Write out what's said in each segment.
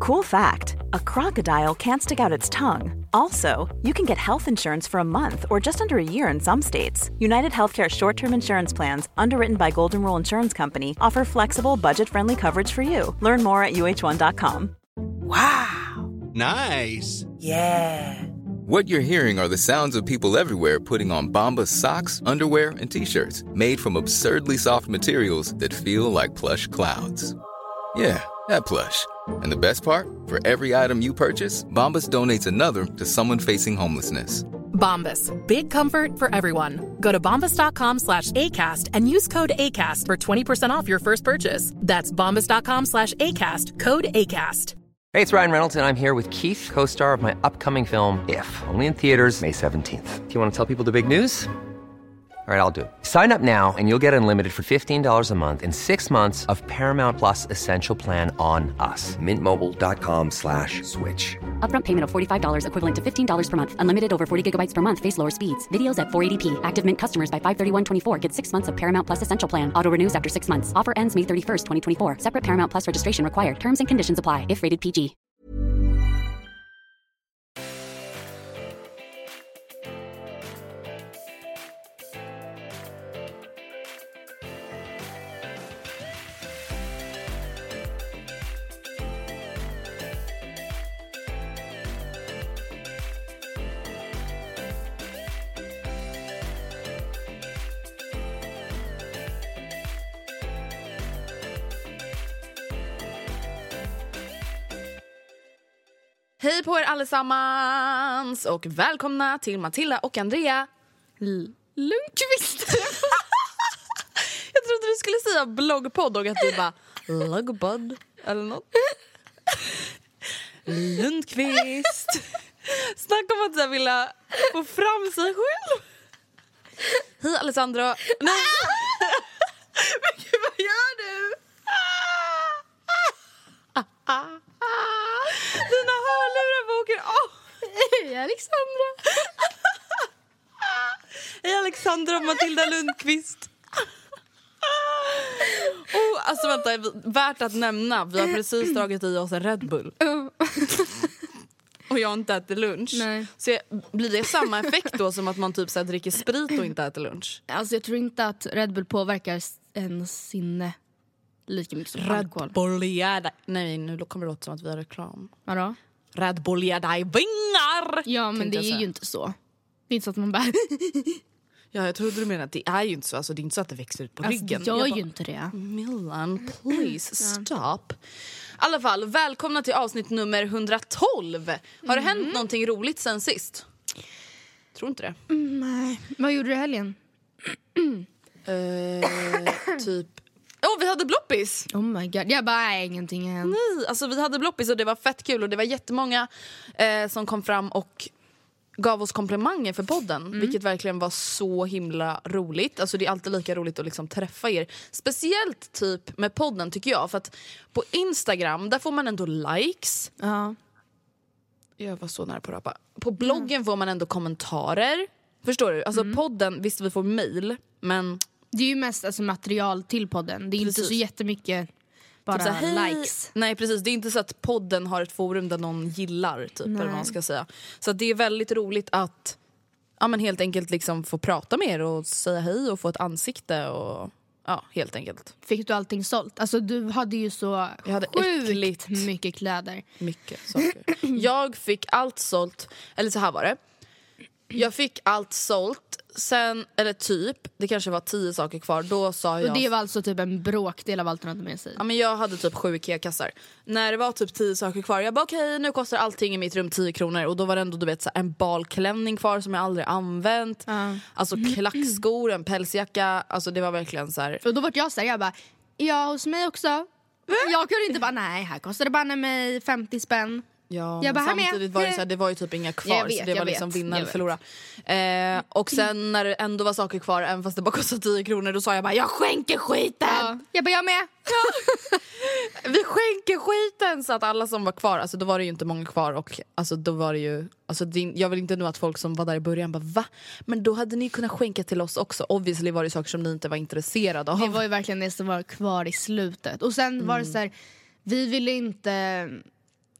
Cool fact, a crocodile can't stick out its tongue. Also, you can get health insurance for a month or just under a year in some states. United Healthcare short-term insurance plans, underwritten by Golden Rule Insurance Company, offer flexible, budget-friendly coverage for you. Learn more at uh1.com. Wow. Nice. Yeah. What you're hearing are the sounds of people everywhere putting on Bombas socks, underwear, and T-shirts made from absurdly soft materials that feel like plush clouds. Yeah, that plush. And the best part? For every item you purchase, Bombas donates another to someone facing homelessness. Bombas. Big comfort for everyone. Go to bombas.com/ACAST and use code ACAST for 20% off your first purchase. That's bombas.com/ACAST. Code ACAST. Hey, it's Ryan Reynolds, and I'm here with Keith, co-star of my upcoming film, If, only in theaters May 17th. Do you want to tell people the big news? All right, I'll do it. Sign up now and you'll get unlimited for $15 a month and 6 months of Paramount Plus Essential Plan on us. MintMobile.com/switch. Upfront payment of $45 equivalent to $15 per month. Unlimited over 40 gigabytes per month. Face lower speeds. Videos at 480p. Active Mint customers by 531.24 get 6 months of Paramount Plus Essential Plan. Auto renews after 6 months. Offer ends May 31st, 2024. Separate Paramount Plus registration required. Terms and conditions apply if rated PG. Hej på er allesammans och välkomna till Matilda och Andrea Lundqvist. Jag trodde du skulle säga bloggpodd och att du bara bloggpodd eller något. Lundqvist. Snacka om att jag vilja få fram sig själv. Hej Alessandro. Nej. Men gud, vad gör du? Dina hörlurar åker av. Hej Alexandra. Hej Alexandra och Matilda Lundqvist. Alltså vänta, värt att nämna. Vi har precis dragit i oss en Red Bull. Och jag har inte ätit lunch. Nej. Så blir det samma effekt då som att man typ så här dricker sprit och inte äter lunch? Alltså jag tror inte att Red Bull påverkar en sinne lika mycket som alkohol. Red Bull ger dig... Nej, nu kommer det låta som att vi har reklam. Vadå? Red Bull ger dig vingar! Ja, men det är ju inte så. Det är inte så att man bara... Ja, jag trodde du menade att det är ju inte så. Alltså, det är inte så att det växer ut på ryggen. Det gör ju inte det. Milan, please stop. I alla fall, välkomna till avsnitt nummer 112. Har det hänt någonting roligt sen sist? Tror inte det. Nej. Vad gjorde du i helgen? Typ... vi hade bloppis. Oh my god, jag bara ingenting än. Nej, alltså vi hade bloppis och det var fett kul. Och det var jättemånga som kom fram och gav oss komplimanger för podden. Vilket verkligen var så himla roligt. Alltså det är alltid lika roligt att liksom träffa er. Speciellt typ med podden tycker jag. För att på Instagram, där får man ändå likes. Ja. Jag var så nära på att rapa. På bloggen får man ändå kommentarer. Förstår du? Alltså podden, visst vi får mail. Men... Det är ju mest alltså, material till podden. Det är inte så jättemycket bara typ så här, likes. Nej precis, det är inte så att podden har ett forum där någon gillar typ, eller vad man ska säga. Så att det är väldigt roligt att men helt enkelt liksom få prata med er och säga hej och få ett ansikte och helt enkelt. Fick du allting sålt? Alltså du hade ju så sjukt mycket kläder. Mycket saker. Jag fick allt sålt, eller så här var det. Jag fick allt sålt. Sen, eller typ, det kanske var 10 saker kvar. Då sa jag... Och det var alltså typ en bråkdel av allt han hade med sig. Ja, men jag hade typ 7 IKEA-kassar. När det var typ 10 saker kvar, jag bara okej, nu kostar allting i mitt rum 10 kronor. Och då var det ändå, du vet, så här, en balklänning kvar som jag aldrig använt. Alltså klackskor, en pälsjacka. Alltså det var verkligen så här. Och då var jag så här, jag bara, ja hos mig också. Jag kunde inte bara, nej, här kostar det bara mig 50 spänn. Ja, men samtidigt var det så här, det var ju typ inga kvar. Så det var liksom vinna eller förlora. Och sen när det ändå var saker kvar, även fast det bara kostade 10 kronor, då sa jag bara, jag skänker skiten! Ja. Jag bara, jag med! Ja. Vi skänker skiten! Så att alla som var kvar, alltså då var det ju inte många kvar. Och alltså då var det ju, alltså jag vill inte nu att folk som var där i början bara, va? Men då hade ni kunnat skänka till oss också. Obviously var det saker som ni inte var intresserade av. Det var ju verkligen det som var kvar i slutet. Och sen var det så här, vi ville inte...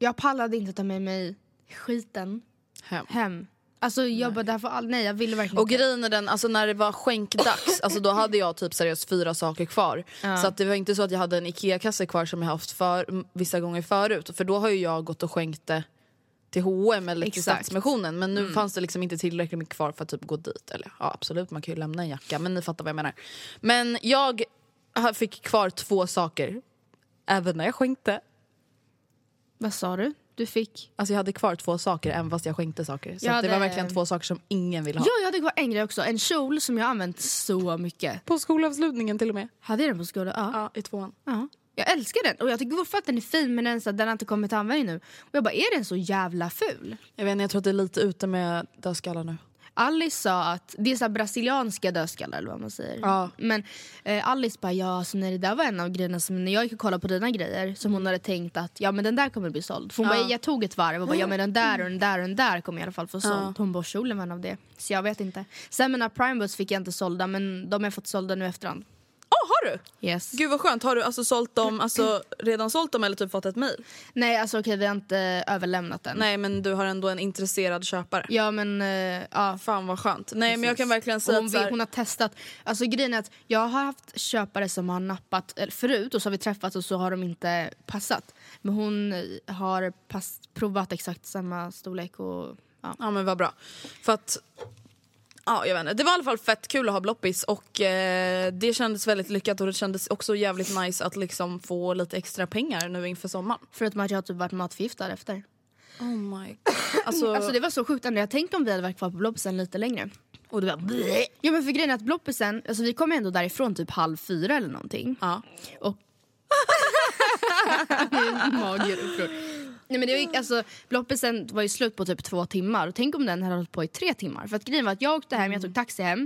jag pallade inte ta med mig skiten hem. Alltså jag bara därför nej, jag ville verkligen och inte. Grejen är den, alltså när det var skänkdags, alltså då hade jag typ seriöst 4 saker kvar. Så att det var inte så att jag hade en Ikea-kasse kvar som jag haft vissa gånger förut. För då har ju jag gått och skänkt det till H&M eller till Stadsmissionen. Men nu fanns det liksom inte tillräckligt mycket kvar för att typ gå dit. Eller ja, absolut, man kan ju lämna en jacka, men ni fattar vad jag menar. Men jag fick kvar 2 saker även när jag skänkte. Vad sa du? Du fick? Alltså jag hade kvar 2 saker även fast jag skänkte saker. Så det var verkligen 2 saker som ingen ville ha. Ja, jag hade kvar en grej också. En kjol som jag använt så mycket. På skolavslutningen till och med. Hade jag den på skolan? Ja, i 2:an. Ja. Jag älskar den. Och jag tycker fortfarande att den är fin, men den har inte kommit till användning nu. Och jag bara, är den så jävla ful? Jag vet inte, jag tror att det är lite ute med dödskallar nu. Alice sa att det är så här brasilianska dödskallar eller vad man säger. Ja. Men Alice bara, ja, så när det där var en av grejerna som när jag gick och kollade på dina grejer som hon hade tänkt att, ja men den där kommer bli såld. För hon bara, jag tog ett varv och bara, ja men den där och den där och den där kommer i alla fall få såld. Hon bara, kjolen var en av det. Så jag vet inte. Sen mina Primebus fick jag inte sålda, men de har jag fått sålda nu efterhand. Har du? Yes. Gud vad skönt, har du alltså sålt dem, alltså redan sålt dem eller typ fått ett mejl? Nej, alltså okej, vi har inte överlämnat den. Nej, men du har ändå en intresserad köpare. Ja, men ja. Fan vad skönt. Nej, men jag kan verkligen säga att hon har testat. Alltså grejen är att jag har haft köpare som har nappat förut och så har vi träffats och så har de inte passat. Men hon har provat exakt samma storlek och ja men vad bra. För att ja, jag vet inte. Det var i alla fall fett kul att ha bloppis och det kändes väldigt lyckat och det kändes också jävligt nice att liksom få lite extra pengar nu inför sommaren. Förutom att jag har typ varit matförgiftad efter. Oh my god. Alltså det var så sjukt ändå. Jag tänkte om vi hade varit kvar på bloppisen lite längre. Och det var ja, men för grejen är att bloppisen, alltså vi kom ändå därifrån typ 3:30 eller någonting. Ja. Och mager upprörd. Nej, men det var, alltså, bloppisen var ju slut på typ 2 timmar. Och tänk om den hade hållit på i 3 timmar. För att grejen var att jag åkte hem, jag tog taxi hem.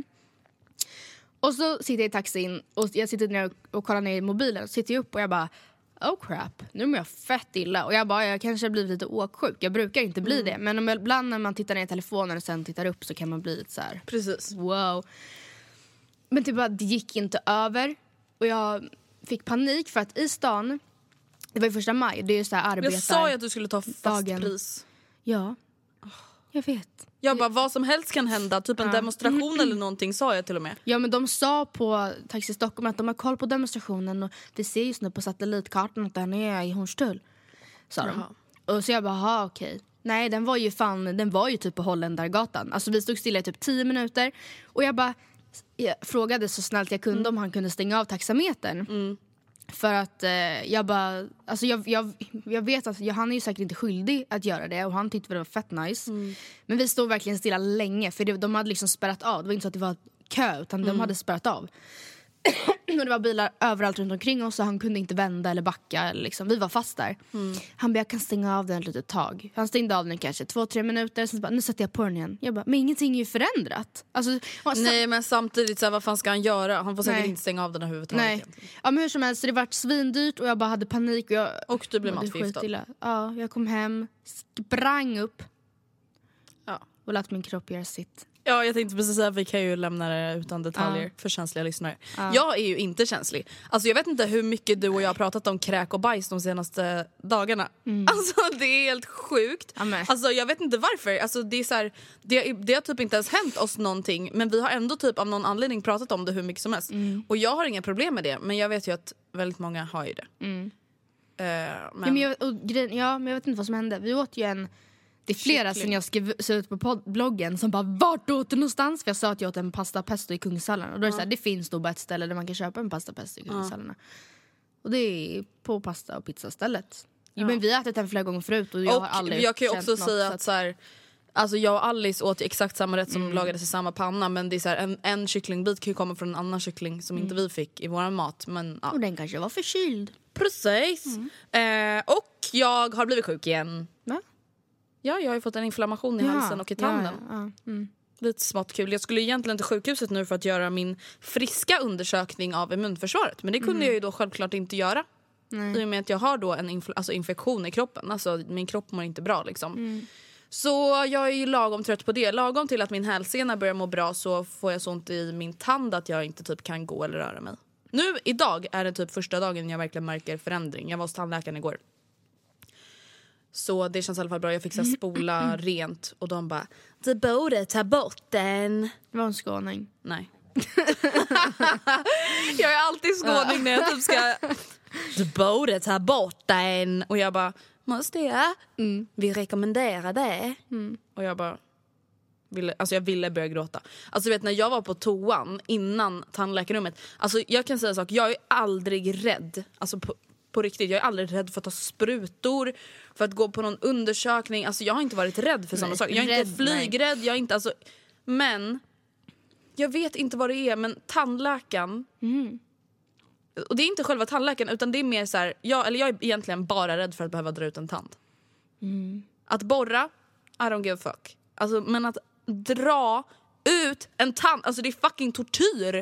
Och så sitter jag i taxin och jag sitter ner och kollar ner i mobilen. Och sitter jag upp och jag bara, oh crap, nu mår jag fett illa. Och jag bara, jag kanske har blivit lite åksjuk. Jag brukar inte bli det. Men ibland när man tittar ner i telefonen och sen tittar upp så kan man bli lite så här. Precis. Wow. Men typ bara, det gick inte över. Och jag fick panik för att i stan, det var ju 1 maj, det är ju så här arbetar. Jag sa ju att du skulle ta fast dagen. pris. Ja, jag vet. Jag bara, vad som helst kan hända. Typ en demonstration eller någonting sa jag till och med. Ja, men de sa på Taxi Stockholm att de har koll på demonstrationen. Och vi ser just nu på satellitkartan att den är i Hornstull. Sa de. Och så jag bara, okej. Nej, den var ju typ på Holländargatan. Alltså vi stod stilla i typ 10 minuter. Och jag frågade så snällt jag kunde om han kunde stänga av taxametern. För att jag bara, alltså jag vet att han är ju säkert inte skyldig att göra det. Och han tyckte det var fett nice. Men vi stod verkligen stilla länge. För de hade liksom spärrat av. Det var inte så att det var kö, utan de hade spärrat av. Och det var bilar överallt runt omkring oss. Och han kunde inte vända eller backa liksom. Vi var fast där. Han bara, jag kan stänga av den ett litet tag. Han stängde av den kanske 2-3 minuter. Sen bara, nu sätter jag på den igen. Jag bara, men ingenting är ju förändrat. Alltså, nej, men samtidigt så här, vad fan ska han göra? Han får säkert inte stänga av den överhuvudtaget. Nej. Ja, men hur som helst, så det var svindyrt. Och jag bara hade panik. Och du blev matförgiftad. Ja, jag kom hem, sprang upp. Ja. Och lät min kropp göra sitt. Ja, jag tänkte precis säga att vi kan ju lämna det utan detaljer för känsliga lyssnare. Jag är ju inte känslig. Alltså jag vet inte hur mycket du och jag har pratat om kräk och bajs de senaste dagarna. Alltså det är helt sjukt. Alltså jag vet inte varför. Alltså det är så här, det har typ inte ens hänt oss någonting. Men vi har ändå typ av någon anledning pratat om det hur mycket som helst. Och jag har inga problem med det. Men jag vet ju att väldigt många har ju det. Men jag vet inte vad som hände. Vi åt ju det är flera sen jag skrev ut på bloggen som bara, vart åt du någonstans? För jag sa att jag åt en pasta pesto i Kungshallarna. Och då är det så här, det finns då bara ett ställe där man kan köpa en pasta pesto i Kungshallarna. Och det är på pasta- och pizzastället. Men vi har ätit den flera gånger förut och jag har aldrig jag kan ju också något, säga att så här, alltså jag och Alice åt exakt samma rätt som lagades i samma panna. Men det är så här, en kycklingbit kan ju komma från en annan kyckling som inte vi fick i våran mat. Men, och den kanske var förkyld. Precis. Och jag har blivit sjuk igen. Va? Ja, jag har ju fått en inflammation i halsen och i tanden. Lite smått kul. Jag skulle egentligen till sjukhuset nu för att göra min friska undersökning av immunförsvaret. Men det kunde jag ju då självklart inte göra. I och med att jag har då en infektion i kroppen. Alltså min kropp mår inte bra liksom. Så jag är ju lagom trött på det. Lagom till att min hälsena börjar må bra så får jag så ont i min tand att jag inte typ kan gå eller röra mig. Nu, idag är det typ första dagen jag verkligen märker förändring. Jag var hos tandläkaren igår. Så det känns i alla fall bra. Jag fick så här spola rent och de bara, du borde ta bort den. Det var en skåning. Nej. Jag är alltid skåning när jag typ ska, du borde ta bort den. Och jag bara, måste jag? Vi rekommenderar det. Och jag bara jag ville börja gråta. Alltså vet, när jag var på toan innan tandläkarrummet, alltså jag kan säga en sak, jag är aldrig rädd. Alltså på riktigt, jag är aldrig rädd för att ta sprutor, för att gå på någon undersökning. Alltså jag har inte varit rädd för sådana saker. Jag är inte flygrädd, jag är inte, alltså, men jag vet inte vad det är, men tandläkaren, och det är inte själva tandläkaren, utan det är mer så här, jag är egentligen bara rädd för att behöva dra ut en tand. Att borra, I don't give a fuck. Alltså, men att dra ut en tand, alltså det är fucking tortyr.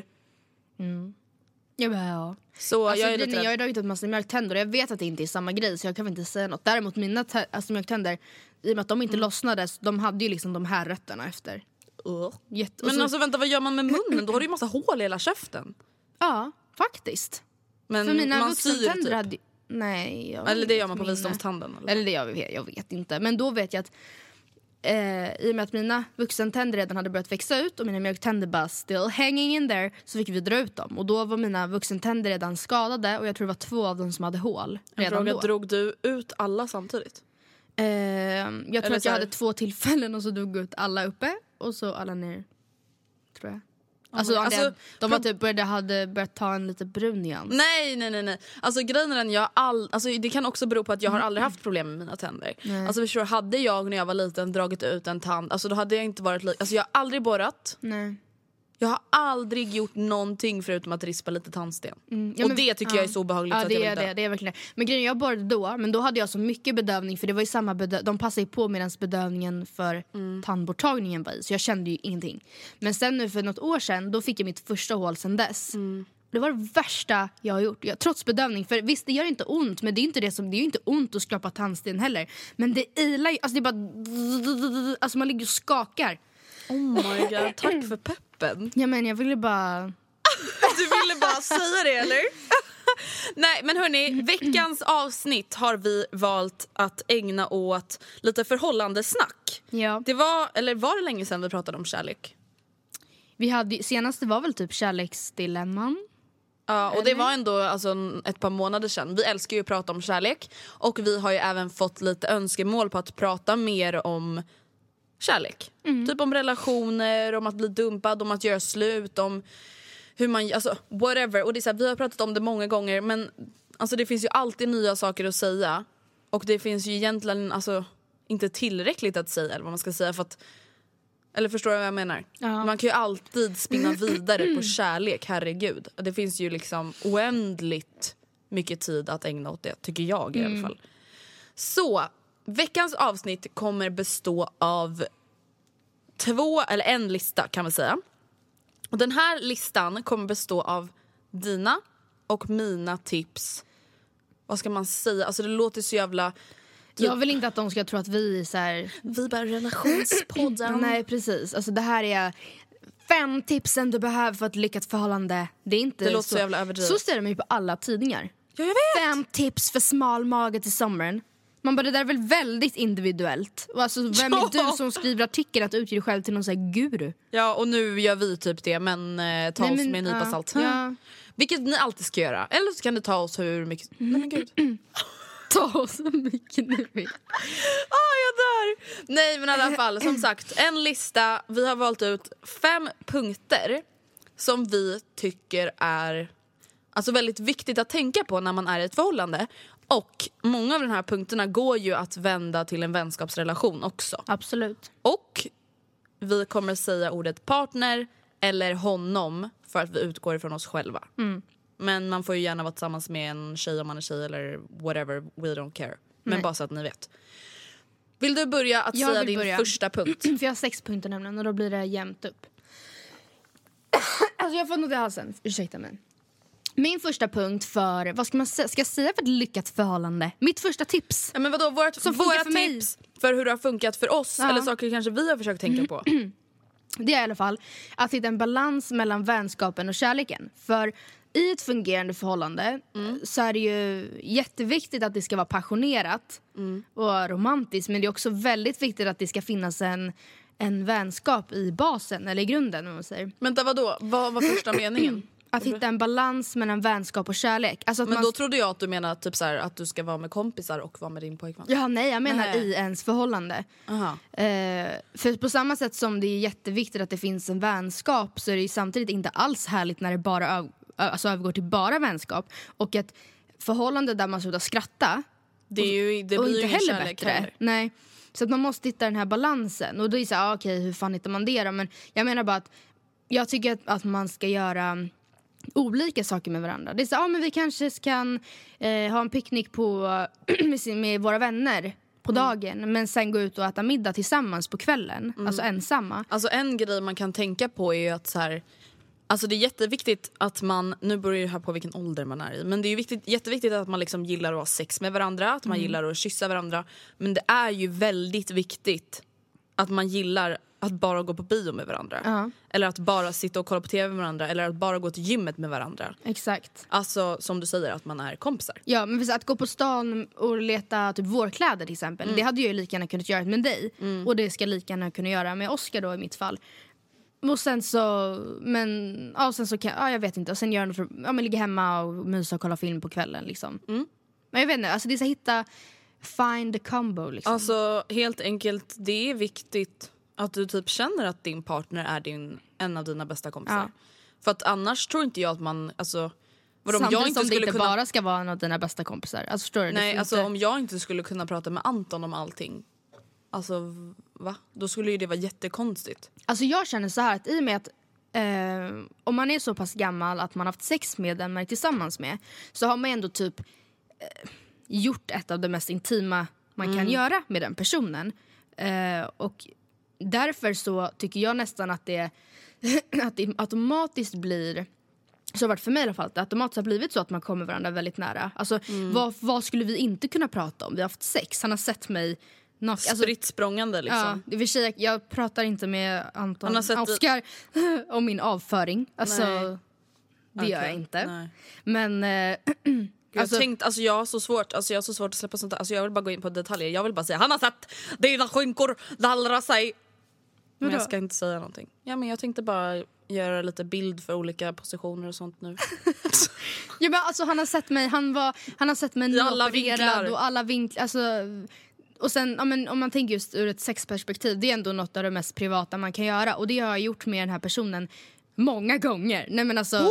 Ja. Så Alltså, jag är lite rädd. jag har dragit ut massa mjölktänder och jag vet att det inte är samma grej, så jag kan väl inte säga något. Däremot mina mjölktänder, i och med att de inte lossnade, de hade ju liksom de här rötterna efter. Men alltså vänta, vad gör man med munnen? Då har du ju massa hål i hela käften. Ja, faktiskt. Men För mina man syr vuxentänder typ. hade... Nej, Eller det gör man på visdomstanden. Eller det jag vet inte. Men då vet jag att i och med att mina vuxentänder redan hade börjat växa ut och mina mjölktänder bara still hanging in there, så fick vi dra ut dem. Och då var mina vuxentänder redan skadade och jag tror det var 2 av dem som hade hål redan då. Drog du ut alla samtidigt? Jag tror att jag hade 2 tillfällen och så drog ut alla uppe och så alla ner, tror jag. Alltså, de var typ hade börjat ta en lite brun nyans. Nej. Alltså grejen är den, alltså, det kan också bero på att jag har aldrig haft problem med mina tänder. Alltså förstår du, hade jag när jag var liten dragit ut en tand, alltså då hade jag inte varit alltså jag har aldrig borrat. Nej. Jag har aldrig gjort någonting förutom att rispa lite tandsten. Och det tycker jag är så obehagligt. Ja, det är verkligen det. Men grejen, jag borrade då, men då hade jag så mycket bedövning, för det var ju samma de passade ju på medan bedövningen för tandborttagningen var i, så jag kände ju ingenting. Men sen nu för något år sedan, då fick jag mitt första hål sen dess. Det var det värsta jag har gjort, trots bedövning. För visst, det gör inte ont, men det är ju inte ont att skrapa tandsten heller. Men det ilar ju, alltså det är bara, alltså man ligger och skakar. Oh my god, tack för peppen. Ja, men jag ville bara... Du ville bara säga det, eller? Nej, men hörni, veckans avsnitt har vi valt att ägna åt lite förhållandesnack. Ja. Var det länge sedan vi pratade om kärlek? Senaste var väl typ kärleksdilemman. Ja, och det var ändå alltså, ett par månader sedan. Vi älskar ju att prata om kärlek. Och vi har ju även fått lite önskemål på att prata mer om kärlek. Typ om relationer, om att bli dumpad, om att göra slut, om hur man, alltså whatever. Och det är så här, vi har pratat om det många gånger, men alltså det finns ju alltid nya saker att säga. Och det finns ju egentligen alltså inte tillräckligt att säga, eller vad man ska säga, för att, eller förstår du vad jag menar? Ja. Man kan ju alltid spinna vidare på kärlek, herregud. Det finns ju liksom oändligt mycket tid att ägna åt det, tycker jag i alla fall. Så veckans avsnitt kommer bestå av en lista, kan man säga. Och den här listan kommer bestå av dina och mina tips. Vad ska man säga? Alltså det låter så jävla... Jag vill inte att de ska tro att vi är så här... Vi bara relationspodden. Nej, precis. Alltså det här är 5 tipsen du behöver för ett lyckat förhållande. Det är inte det låter så jävla överdrivet. Så ställer man ju på alla tidningar. Ja, jag vet. 5 tips för smal mage till sommaren. Man bara, det där är väl väldigt individuellt. Och alltså, vem är du som skriver artikeln att utge dig själv till någon sån här guru? Ja, och nu gör vi typ det, men ta oss med en nypa salt. Ja. Vilket ni alltid ska göra. Eller så kan ni ta oss hur mycket... Men gud. Ta oss så mycket ni vill. Jag dör! Nej, men i alla fall, som sagt, en lista. Vi har valt ut 5 punkter som vi tycker är alltså väldigt viktigt att tänka på när man är i ett förhållande. Och många av de här punkterna går ju att vända till en vänskapsrelation också. Absolut. Och vi kommer säga ordet partner eller honom för att vi utgår ifrån oss själva. Men man får ju gärna vara tillsammans med en tjej om man är tjej eller whatever, we don't care. Men bara så att ni vet. Vill du börja att säga din första punkt? För jag har 6 punkter nämligen och då blir det jämnt upp. Alltså jag får något i halsen, ursäkta mig. Min första punkt för, vad ska man säga, ska jag säga för ett lyckat förhållande? Mitt första tips. Ja, men vadå, våra tips för hur det har funkat för oss, eller saker kanske vi har försökt tänka på. Det är i alla fall att hitta en balans mellan vänskapen och kärleken. För i ett fungerande förhållande så är det ju jätteviktigt att det ska vara passionerat och romantiskt. Men det är också väldigt viktigt att det ska finnas en vänskap i basen, eller i grunden, om man säger. Men vadå? Vad var första meningen? Att hitta en balans mellan vänskap och kärlek. Alltså att men då trodde jag att du menar typ så här, att du ska vara med kompisar och vara med din pojkvän. Ja, nej, jag menar i ens förhållande. För på samma sätt som det är jätteviktigt att det finns en vänskap, så är det ju samtidigt inte alls härligt när det bara övergår till bara vänskap. Och ett förhållande där man slutar skratta, det blir och ju inte ingen heller kärlek bättre. heller. Nej. Så att man måste hitta den här balansen. Och då är det så här, okej, hur fan hittar man det då? Men jag menar bara att jag tycker att man ska göra olika saker med varandra. Det är så, men vi kanske kan ha en picknick med våra vänner på dagen, men sen gå ut och äta middag tillsammans på kvällen, alltså ensamma. Alltså en grej man kan tänka på är ju att så här, alltså det är jätteviktigt att man, nu beror det här på vilken ålder man är i, men det är ju jätteviktigt att man liksom gillar att ha sex med varandra, att man gillar att kyssa varandra, men det är ju väldigt viktigt att man gillar att bara gå på bio med varandra. Eller att bara sitta och kolla på tv med varandra. Eller att bara gå till gymmet med varandra. Exakt. Alltså som du säger, att man är kompisar. Ja, men att gå på stan och leta typ vårkläder till exempel, det hade jag ju lika gärna kunnat göra med dig. Och det ska lika gärna kunna göra med Oscar då i mitt fall. Och sen så, jag vet inte. Och sen gör något ligga hemma och mysa och kolla film på kvällen liksom. Men jag vet inte, alltså det är så hitta find the combo liksom. Alltså helt enkelt, det är viktigt att du typ känner att din partner är en av dina bästa kompisar. Ja. För att annars tror inte jag att man, alltså samtidigt jag inte som det inte bara ska vara en av dina bästa kompisar. Alltså förstår du? Nej, alltså om jag inte skulle kunna prata med Anton om allting, alltså va? Då skulle ju det vara jättekonstigt. Alltså jag känner så här att i och med att om man är så pass gammal att man har haft sex med den man är tillsammans med, så har man ändå typ gjort ett av det mest intima man kan göra med den personen. Och därför så tycker jag nästan att det automatiskt blir, så har det varit för mig i alla fall, att det automatiskt har blivit så att man kommer varandra väldigt nära. Alltså vad skulle vi inte kunna prata om? Vi har haft sex, han har sett mig spritt språngande liksom. Ja, det vill säga, jag pratar inte med Anton Oscar om min avföring. Alltså det gör jag inte. Nej. Men jag har så svårt att släppa sånt där. Alltså jag vill bara gå in på detaljer. Jag vill bara säga, han har sett dina skinkor dallra sig. Men jag ska inte säga någonting. Ja, men jag tänkte bara göra lite bild för olika positioner och sånt nu. Ja, men alltså han har sett mig, han har sett mig opererad och alla vinklar, alltså. Och sen om man tänker just ur ett sexperspektiv, det är ändå något av det mest privata man kan göra, och det har jag gjort med den här personen många gånger. Nej men alltså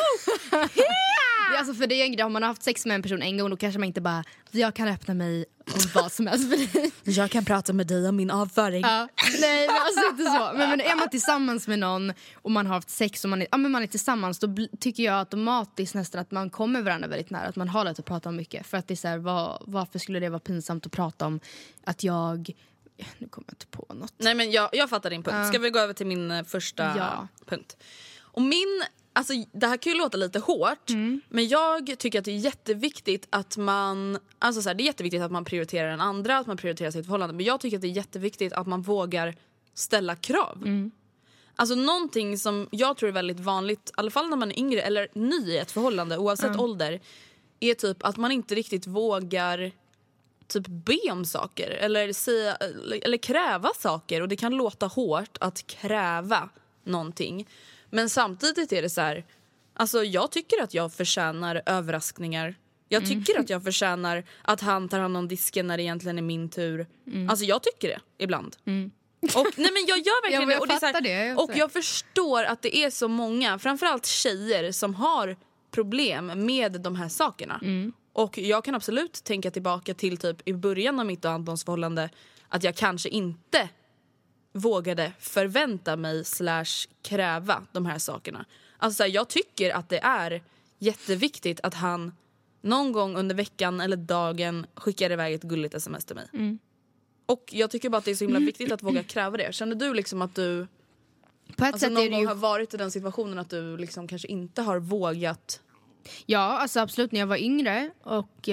alltså för det är en grej, om man har haft sex med en person en gång, då kanske man inte bara, jag kan öppna mig om vad som helst för dig. Jag kan prata med dig om min avföring. Ja. Nej, men alltså inte så. Men är man tillsammans med någon och man har haft sex och man är tillsammans, då tycker jag automatiskt nästan att man kommer varandra väldigt nära, att man har lite att prata om mycket. För att det är så här, varför skulle det vara pinsamt att prata om att nu kommer jag inte på något. Nej, men jag fattar din punkt. Ska vi gå över till min första punkt? Och alltså det här kan ju låta lite hårt, men jag tycker att det är jätteviktigt att man, alltså så här, det är jätteviktigt att man prioriterar den andra, att man prioriterar sitt förhållande, men jag tycker att det är jätteviktigt att man vågar ställa krav. Alltså någonting som jag tror är väldigt vanligt, i alla fall när man är yngre eller ny i ett förhållande, oavsett ålder, är typ att man inte riktigt vågar typ be om saker eller kräva saker, och det kan låta hårt att kräva någonting. Men samtidigt är det så här, alltså jag tycker att jag förtjänar överraskningar. Jag tycker att jag förtjänar att han tar hand om disken när det egentligen är min tur. Alltså jag tycker det ibland. Och nej, men jag gör verkligen det. Och, det är så här, och jag förstår att det är så många, framförallt tjejer, som har problem med de här sakerna. Och jag kan absolut tänka tillbaka till typ i början av mitt och Antons förhållande, att jag kanske inte vågade förvänta mig / kräva de här sakerna. Alltså jag tycker att det är jätteviktigt att han någon gång under veckan eller dagen skickar iväg ett gulligt sms till mig. Och jag tycker bara att det är så himla viktigt att våga kräva det. Känner du liksom att du på ett sätt någon gång har varit i den situationen att du liksom kanske inte har vågat? Ja, alltså absolut. När jag var yngre och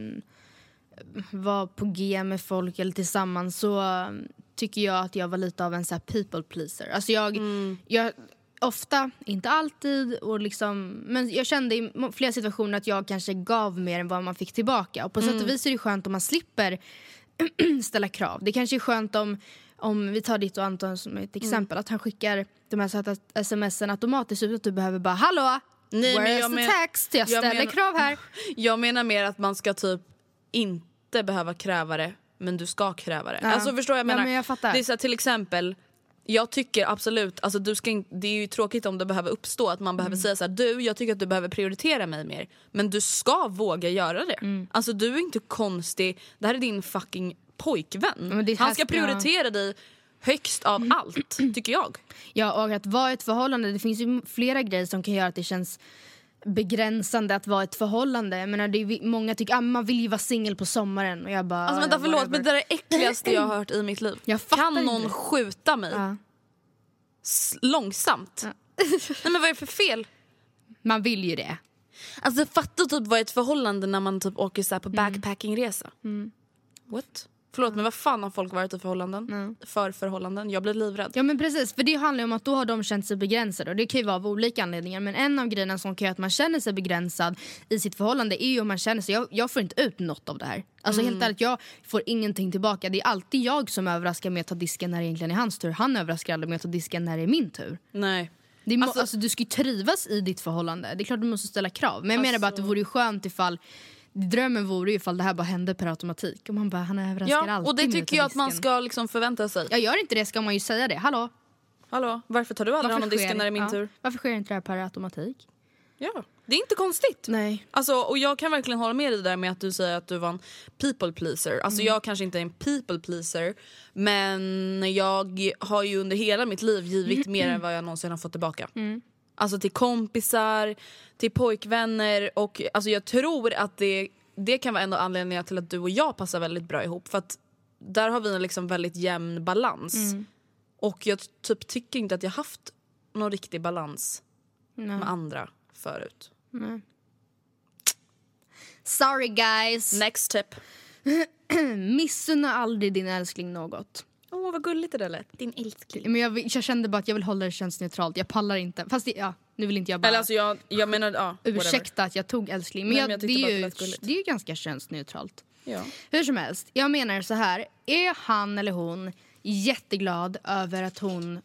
var på G med folk eller tillsammans, så tycker jag att jag var lite av en så här people pleaser. Alltså ofta, inte alltid, och liksom, men jag kände i flera situationer att jag kanske gav mer än vad man fick tillbaka. Och på sätt och vis är det skönt om man slipper ställa krav. Det kanske är skönt om vi tar ditt och Anton som ett exempel, att han skickar de här söta sms'en automatiskt utan att du behöver bara hallå, where's the text? Jag ställer krav här. Jag menar mer att man ska typ inte behöva kräva det, men du ska kräva det. Ja. Alltså förstår jag menar? Ja, men jag fattar. Det är så här, till exempel, jag tycker absolut, alltså det är ju tråkigt om det behöver uppstå att man behöver säga så här, jag tycker att du behöver prioritera mig mer, men du ska våga göra det. Alltså du är inte konstig, det här är din fucking pojkvän. Han ska prioritera dig högst av allt, tycker jag. Ja, och att vara i ett förhållande, det finns ju flera grejer som kan göra att det känns begränsande att vara ett förhållande. Jag menar, det är, många tycker man vill ju vara singel på sommaren, och jag bara, alltså vänta, förlåt, men det är det äckligaste jag har hört i mitt liv. Kan någon inte skjuta mig långsamt? Nej, men vad är det för fel? Man vill ju det. Alltså fatta typ vad är ett förhållande när man typ åker så här på backpackingresa. What? Förlåt, men vad fan har folk varit i förhållanden? För förhållanden? Jag blir livrädd. Ja, men precis, för det handlar om att då har de känt sig begränsade. Och det kan ju vara av olika anledningar. Men en av grejerna som kan göra att man känner sig begränsad i sitt förhållande är ju om man känner sig, jag får inte ut något av det här. Alltså helt ärligt, jag får ingenting tillbaka. Det är alltid jag som överraskar med att ta disken när det egentligen är hans tur. Han överraskar aldrig med att ta disken när det är min tur. Nej. Alltså, du ska ju trivas i ditt förhållande. Det är klart du måste ställa krav. Men jag menar bara att det vore ju skönt ifall, drömmen vore ju ifall det här bara hände per automatik. Och man bara, han överraskar alltid. Och det tycker jag att man ska liksom förvänta sig. Jag gör inte det, ska man ju säga det. Hallå, varför tar du aldrig hand om disken när det är min tur? Varför sker inte det här per automatik? Ja, det är inte konstigt. Nej. Alltså, och jag kan verkligen hålla med dig där med att du säger att du var en people pleaser. Alltså jag kanske inte är en people pleaser, men jag har ju under hela mitt liv givit mer än vad jag någonsin har fått tillbaka. Alltså till kompisar, till pojkvänner, och alltså jag tror att det kan vara en av anledningarna till att du och jag passar väldigt bra ihop, för att där har vi en liksom väldigt jämn balans. Och jag typ tycker inte att jag haft någon riktig balans med andra förut. Sorry guys. Next tip. Missunna aldrig din älskling något. Vad gulligt det där lät. Din älskling. Men jag kände bara att jag vill hålla det könsneutralt. Jag pallar inte. Fast nu vill inte jag bara... Eller alltså jag menar, ursäkta att jag tog älskling. Men jag det är ju ganska könsneutralt. Ja. Hur som helst. Jag menar så här. Är han eller hon jätteglad över att hon...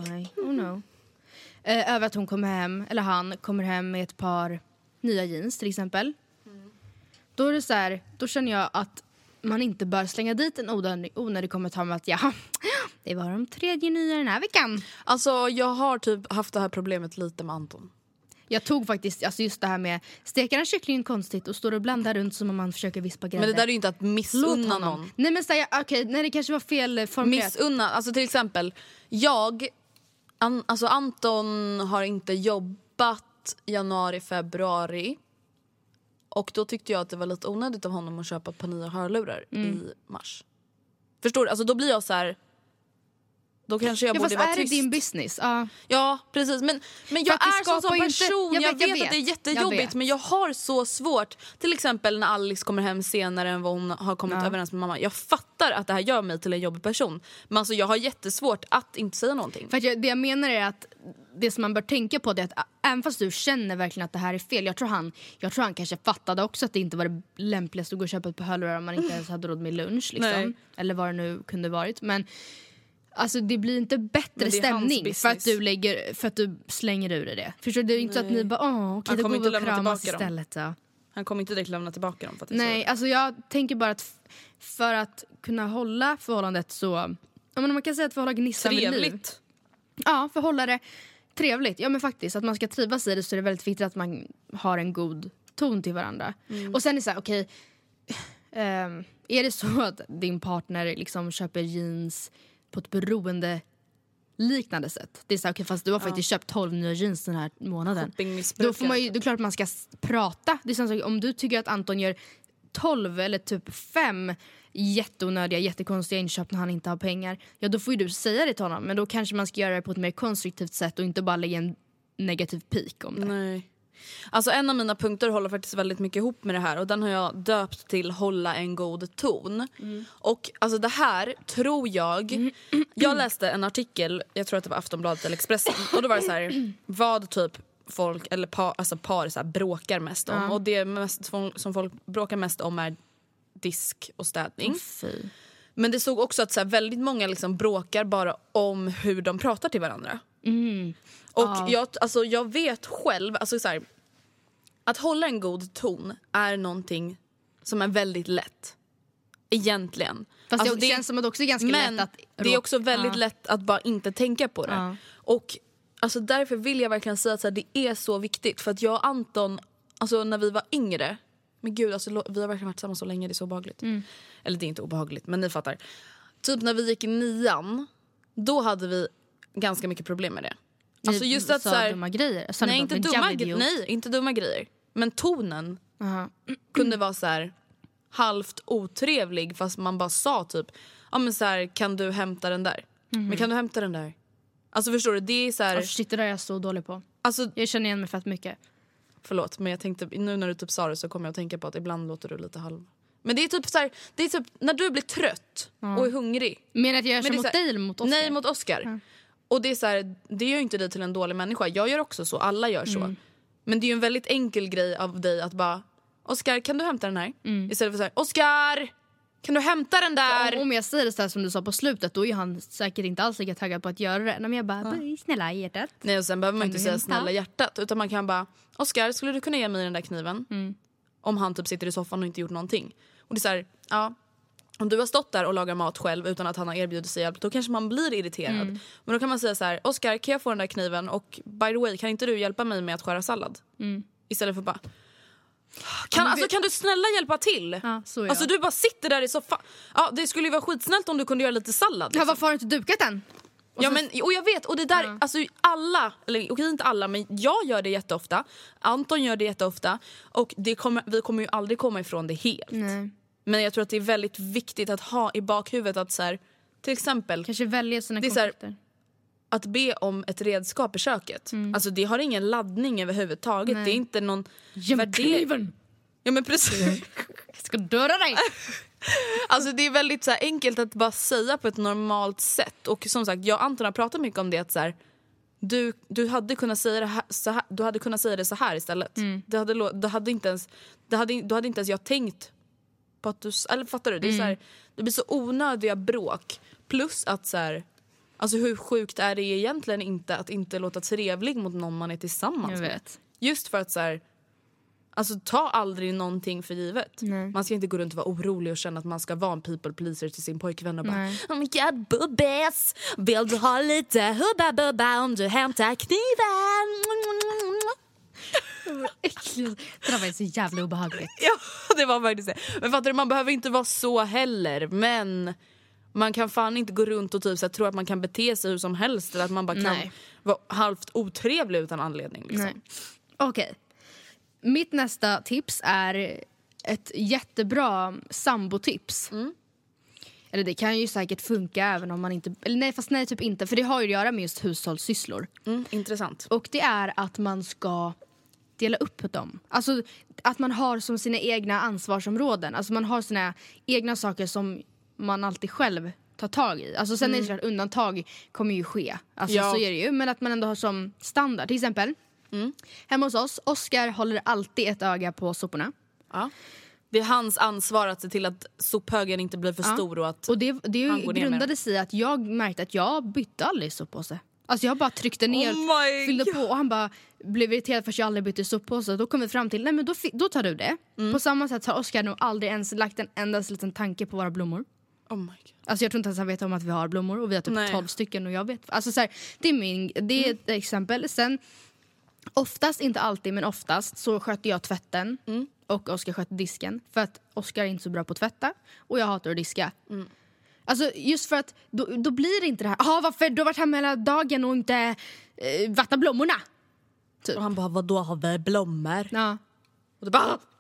över att hon kommer hem, eller han kommer hem med ett par nya jeans till exempel. Då är det så här, då känner jag att man inte bör slänga dit en onödig kommentar med att det var de 3 nya den här veckan. Alltså jag har typ haft det här problemet lite med Anton. Jag tog faktiskt, alltså just det här med stekar en kyckling konstigt och står och blandar runt som om man försöker vispa grädde. Men det där är ju inte att missunna någon. Nej, men nej, det kanske var fel formulerat. Missunna, alltså till exempel alltså Anton har inte jobbat januari, februari. Och då tyckte jag att det var lite onödigt av honom att köpa ett par nya hörlurar i mars. Förstår du? Alltså då blir jag så här. Då kanske jag borde vara tyst. Är det din business? Ja, precis. Men jag är som person. Jag vet att det är jättejobbigt, men jag har så svårt. Till exempel när Alice kommer hem senare än vad hon har kommit överens med mamma. Jag fattar att det här gör mig till en jobbig person. Men alltså jag har jättesvårt att inte säga någonting. För det jag menar är att det som man bör tänka på är att även fast du känner verkligen att det här är fel. Jag tror han kanske fattade också att det inte var det lämpligaste att gå och köpa ett par hörlurar om man inte ens hade råd med lunch. Liksom. Eller vad det nu kunde varit. Men alltså det blir inte bättre stämning för att du slänger ur det. Förstår du? Det är inte så att ni bara okej, då går vi och kramas istället. Ja. Han kommer inte direkt lämna tillbaka dem för att nej, alltså jag tänker bara att för att kunna hålla förhållandet så, man kan säga att förhålla gnissar med liv. Trevligt. Ja, förhålla det trevligt. Ja, men faktiskt att man ska trivas i det, så är det väldigt viktigt att man har en god ton till varandra. Och sen är det så här, okej, är det så att din partner liksom köper jeans på ett beroende liknande sätt. Det är så här, okej, fast du har faktiskt köpt 12 nya jeans den här månaden. Då får man ju, det är klart att man ska prata. Det är så, om du tycker att Anton gör 12 eller typ 5 jätteonödiga, jättekonstiga inköp när han inte har pengar, ja då får ju du säga det till honom. Men då kanske man ska göra det på ett mer konstruktivt sätt och inte bara lägga en negativ pik om det. Nej. Alltså en av mina punkter håller faktiskt väldigt mycket ihop med det här. Och den har jag döpt till hålla en god ton. Och alltså det här tror jag... Jag läste en artikel, jag tror att det var Aftonbladet eller Expressen. Och då var det så här, vad typ folk eller par så här bråkar mest om. Och det mest, som folk bråkar mest om är disk och städning. Men det såg också att så här, väldigt många liksom bråkar bara om hur de pratar till varandra. Och jag vet själv, alltså så här, att hålla en god ton är någonting som är väldigt lätt. Egentligen. Fast alltså, det känns som att det också är ganska lätt att... det är också väldigt lätt att bara inte tänka på det. Och alltså, därför vill jag verkligen säga att så här, det är så viktigt. För att jag och Anton, alltså när vi var yngre... Men gud, alltså, vi har verkligen varit tillsammans så länge, det är så obehagligt. Eller det är inte obehagligt, men ni fattar. Typ när vi gick i 9:an, då hade vi ganska mycket problem med det. Alltså just att så här, dumma grejer. Nej, inte dumma grejer. Men tonen kunde vara så här halvt otrevlig, fast man bara sa typ, ja men så här, kan du hämta den där? Men kan du hämta den där? Alltså förstår du, det är så här... Shit, det där är jag så dålig på. Alltså, jag känner igen mig fett mycket. Förlåt, men jag tänkte, nu när du typ sa det så kommer jag att tänka på att ibland låter du lite halv. Men det är typ så här, det är typ när du blir trött och är hungrig. Men att jag gör så mot dig eller mot Oscar? Nej, mot Oscar. Och det är så här, det gör ju inte dig till en dålig människa. Jag gör också så, alla gör så. Men det är ju en väldigt enkel grej av dig att bara, Oscar, kan du hämta den här? Istället för så här, Oscar, kan du hämta den där? Om jag säger det så här som du sa på slutet, då är han säkert inte alls lika taggad på att göra det. Men jag bara, snälla hjärtat. Nej, och sen behöver man inte säga snälla hjärtat. Utan man kan bara, Oscar, skulle du kunna ge mig den där kniven? Om han typ sitter i soffan och inte gjort någonting. Och det är så här, ja, om du har stått där och lagar mat själv utan att han har erbjudit sig hjälp, då kanske man blir irriterad. Men då kan man säga så här, Oscar, kan jag få den där kniven? Och by the way, kan inte du hjälpa mig med att skära sallad? Istället för bara, kan du snälla hjälpa till? Ja, så alltså du bara sitter där i soffan. Ja, det skulle ju vara skitsnällt om du kunde göra lite sallad. Liksom. Ja, varför har du inte dukat den? Och jag vet, och det där, alltså alla, eller okej inte alla, men jag gör det jätteofta. Anton gör det jätteofta. Och vi kommer ju aldrig komma ifrån det helt. Nej. Men jag tror att det är väldigt viktigt att ha i bakhuvudet att så här, till exempel... Kanske välja sina konflikter. Att be om ett redskap i köket. Alltså det har ingen laddning överhuvudtaget. Nej. Det är inte någon... Kniven! Ja men precis. Jag ska döda dig! Alltså det är väldigt så här, enkelt att bara säga på ett normalt sätt. Och som sagt, jag och Anton har pratat mycket om det. Att så här, du hade kunnat säga det här, så här, du hade kunnat säga det så här istället. Du hade inte ens jag tänkt på att du... Eller fattar du? Det är så här, det blir så onödiga bråk. Plus att så här, alltså hur sjukt är det egentligen inte att inte låta trevlig mot någon man är tillsammans med? Just för att så här, alltså ta aldrig någonting för givet. Nej. Man ska inte gå runt och vara orolig och känna att man ska vara en people pleaser till sin pojkvän och bara, oh my god, bubbes, vill du ha lite hubba bubba om du hämtar kniven? Det var så jävla obehagligt. Ja, det var faktiskt det. Men fattar du, man behöver inte vara så heller. Men man kan fan inte gå runt och typ så här, tro att man kan bete sig hur som helst. Eller att man bara kan vara halvt otrevlig utan anledning liksom. Okej. Mitt nästa tips är ett jättebra sambotips. Eller det kan ju säkert funka även om man inte... Eller nej, typ inte. För det har ju att göra med just hushållssysslor. Intressant. Och det är att man ska dela upp dem. Alltså att man har som sina egna ansvarsområden. Alltså man har sina egna saker som man alltid själv tar tag i. Alltså sen är det klart, undantag kommer ju ske. Alltså så är det ju. Men att man ändå har som standard. Till exempel, hemma hos oss, Oscar håller alltid ett öga på soporna. Ja. Det är hans ansvar att se till att sophögen inte blir för stor. Och att det grundade sig att jag märkte att jag bytte aldrig soppåse. Alltså jag bara tryckte ner, fyllde på och han bara blev irriterad för att jag aldrig bytte soppåse. Då kom vi fram till, nej men då tar du det. På samma sätt har Oscar nog aldrig ens lagt en endast liten tanke på våra blommor. Oh my God. Alltså jag tror inte ens han vet om att vi har blommor och vi har typ 12 stycken och jag vet. Alltså så här, det är ett exempel. Sen oftast, inte alltid men oftast så sköter jag tvätten och Oscar sköter disken. För att Oscar är inte så bra på att tvätta och jag hatar att diska. Alltså just för att då blir det inte det här. Varför du har varit hemma hela dagen och inte vattnat blommorna? Typ. Och han bara, vadå har vi blommor? Ja. Och det bara,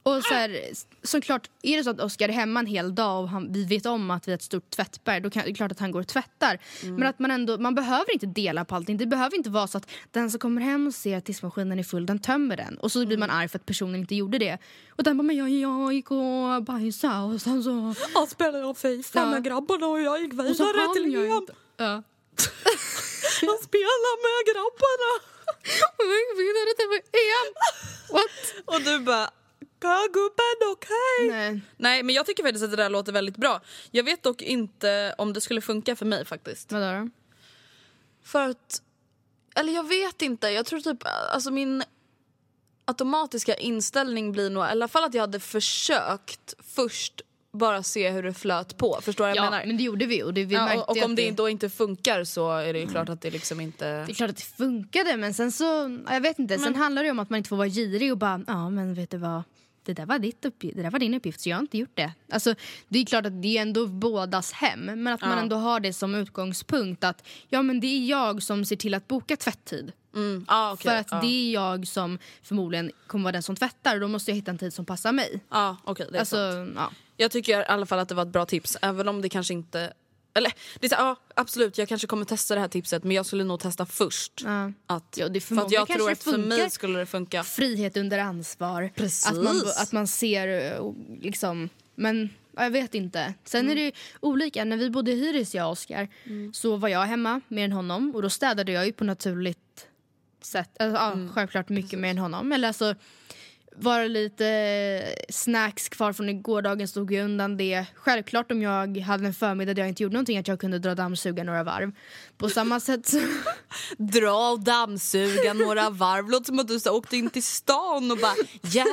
Och så här, såklart, är det så att Oscar är hemma en hel dag och vi vet om att vi har ett stort tvättberg, då är det klart att han går och tvättar. Men att man behöver inte dela på allting. Det behöver inte vara så att den som kommer hem och ser att diskmaskinen är full, den tömmer den. Och så blir man arg för att personen inte gjorde det. Och den bara, men jag gick och bajsade och sen så... Han spelade FIFA med grabbarna och jag gick vidare till EM. Ja. Han spelar med grabbarna. Och jag gick vidare till EM. What? Och du bara... Gubben, okej. Nej, men jag tycker faktiskt att det där låter väldigt bra. Jag vet dock inte om det skulle funka för mig faktiskt. Vadå då? För att... Eller jag vet inte. Jag tror typ... Alltså min automatiska inställning blir nog... I alla fall att jag hade försökt först bara se hur det flöt på. Förstår jag menar? Ja, men det gjorde vi. Och, och om det då inte funkar så är det ju klart att det liksom inte... Det är klart att det funkade, men sen så... Jag vet inte. Sen handlar det om att man inte får vara girig och bara... Ja, men vet du vad... Det där var din uppgift, så jag har inte gjort det. Alltså, det är klart att det är ändå bådas hem. Men att man ändå har det som utgångspunkt. Att ja, men det är jag som ser till att boka tvätttid. Okay, för att det är jag som förmodligen kommer vara den som tvättar. Och då måste jag hitta en tid som passar mig. Ja, okej, det är sant. Jag tycker i alla fall att det var ett bra tips. Även om det kanske inte... Eller, det är så, absolut, jag kanske kommer testa det här tipset. Men jag skulle nog testa först. Att, det för att jag tror att för mig skulle det funka. Frihet under ansvar. Precis. Att man ser liksom... Men jag vet inte. Sen är det olika. När vi bodde i hyres, jag och Oscar, så var jag hemma mer än honom. Och då städade jag ju på naturligt sätt. Alltså, självklart mycket mer än honom. Eller alltså... Var det lite snacks kvar från gårdagen, stod jag undan det. Självklart om jag hade en förmiddag där jag inte gjorde någonting, att jag kunde dra dammsuga några varv. På samma sätt så... Dra och dammsuga några varv. Låter som att du så åkte in till stan och bara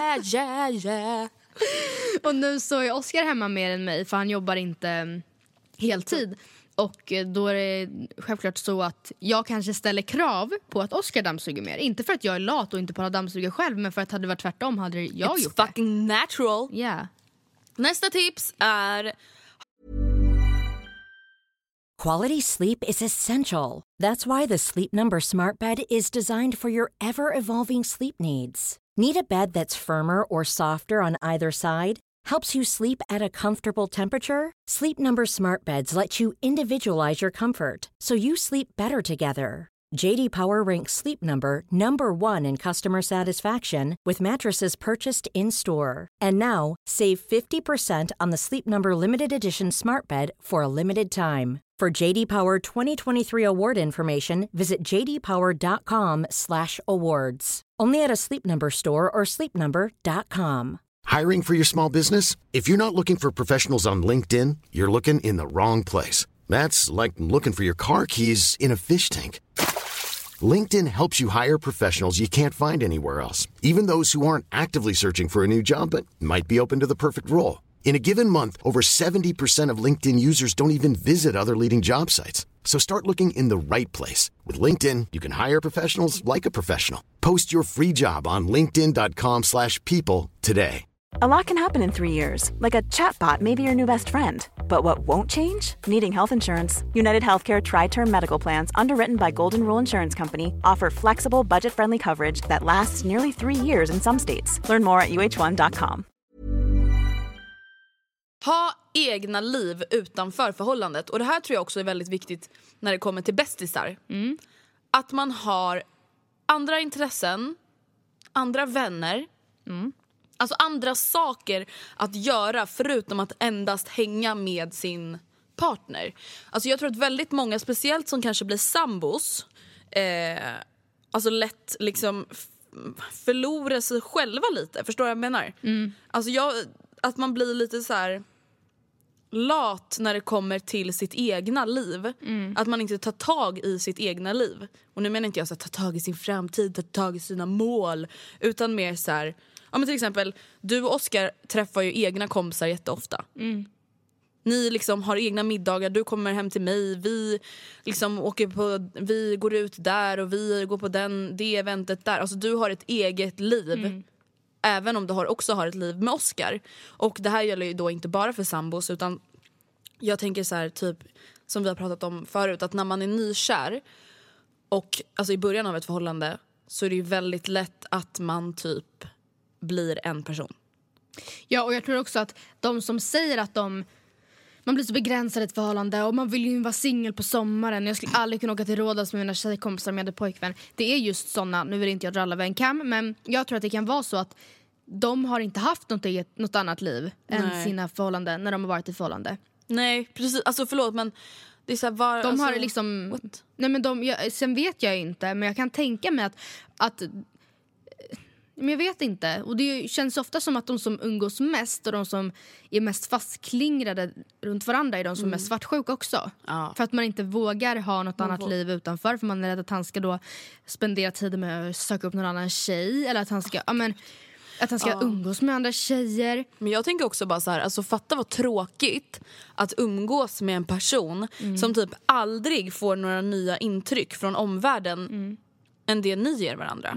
yeah. Och nu så är Oscar hemma mer än mig, för han jobbar inte heltid. Och då är det självklart så att jag kanske ställer krav på att Oscar dammsuger mer. Inte för att jag är lat och inte bara dammsuger själv, men för att hade det varit tvärtom hade jag gjort det. It's fucking natural. Yeah. Nästa tips är... Quality sleep is essential. That's why the Sleep Number Smart Bed is designed for your ever-evolving sleep needs. Need a bed that's firmer or softer on either side? Helps you sleep at a comfortable temperature? Sleep Number Smart Beds let you individualize your comfort, so you sleep better together. JD Power ranks Sleep Number #1 in customer satisfaction with mattresses purchased in-store. And now, save 50% on the Sleep Number Limited Edition Smart Bed for a limited time. For JD Power 2023 award information, visit jdpower.com/awards. Only at a Sleep Number store or sleepnumber.com. Hiring for your small business? If you're not looking for professionals on LinkedIn, you're looking in the wrong place. That's like looking for your car keys in a fish tank. LinkedIn helps you hire professionals you can't find anywhere else, even those who aren't actively searching for a new job but might be open to the perfect role. In a given month, over 70% of LinkedIn users don't even visit other leading job sites. So start looking in the right place. With LinkedIn, you can hire professionals like a professional. Post your free job on linkedin.com/people today. A lot can happen in 3 years, like a chatbot may be your new best friend. But what won't change? Needing health insurance. United Healthcare Tri-Term Medical Plans, underwritten by Golden Rule Insurance Company, offer flexible, budget-friendly coverage that lasts nearly 3 years in some states. Learn more at uh1.com. Ha egna liv utanför förhållandet. Och det här tror jag också är väldigt viktigt när det kommer till bästisar. Att man har andra intressen, andra vänner, alltså andra saker att göra förutom att endast hänga med sin partner. Alltså jag tror att väldigt många, speciellt som kanske blir sambos, alltså lätt liksom förlora sig själva lite. Förstår du vad jag menar? Alltså att man blir lite så här lat när det kommer till sitt egna liv. Att man inte tar tag i sitt egna liv. Och nu menar inte jag så att ta tag i sin framtid, ta tag i sina mål, utan mer så här, ja men till exempel du och Oscar träffar ju egna kompisar jätteofta. Ni liksom har egna middagar, du kommer hem till mig, vi liksom vi går ut där och vi går på det eventet där. Alltså du har ett eget liv. Även om du också har ett liv med Oscar. Och det här gäller ju då inte bara för sambos, utan jag tänker så här, typ som vi har pratat om förut, att när man är nykär och alltså i början av ett förhållande, så är det ju väldigt lätt att man typ blir en person. Ja, och jag tror också att de som säger att man blir så begränsad i ett förhållande och man vill ju vara singel på sommaren. Jag skulle aldrig kunna åka till Rhodos med mina tjejkompisar med pojkvän. Det är just såna, nu vill inte jag dra alla över en kam, men jag tror att det kan vara så att de har inte haft något annat liv än sina förhållanden när de har varit i förhållande. Nej, precis. Alltså förlåt, men det är så här, de har liksom... What? Nej, men sen vet jag inte, men jag kan tänka mig att men jag vet inte. Och det känns ofta som att de som umgås mest och de som är mest fastklingrade runt varandra är de som är mest svartsjuka också. Ja. För att man inte vågar ha något annat liv utanför. För man är rädd att han ska då spendera tid med att söka upp någon annan tjej. Eller att han ska, att han ska umgås med andra tjejer. Men jag tänker också bara så här, alltså fatta vad tråkigt att umgås med en person som typ aldrig får några nya intryck från omvärlden än det ni ger varandra.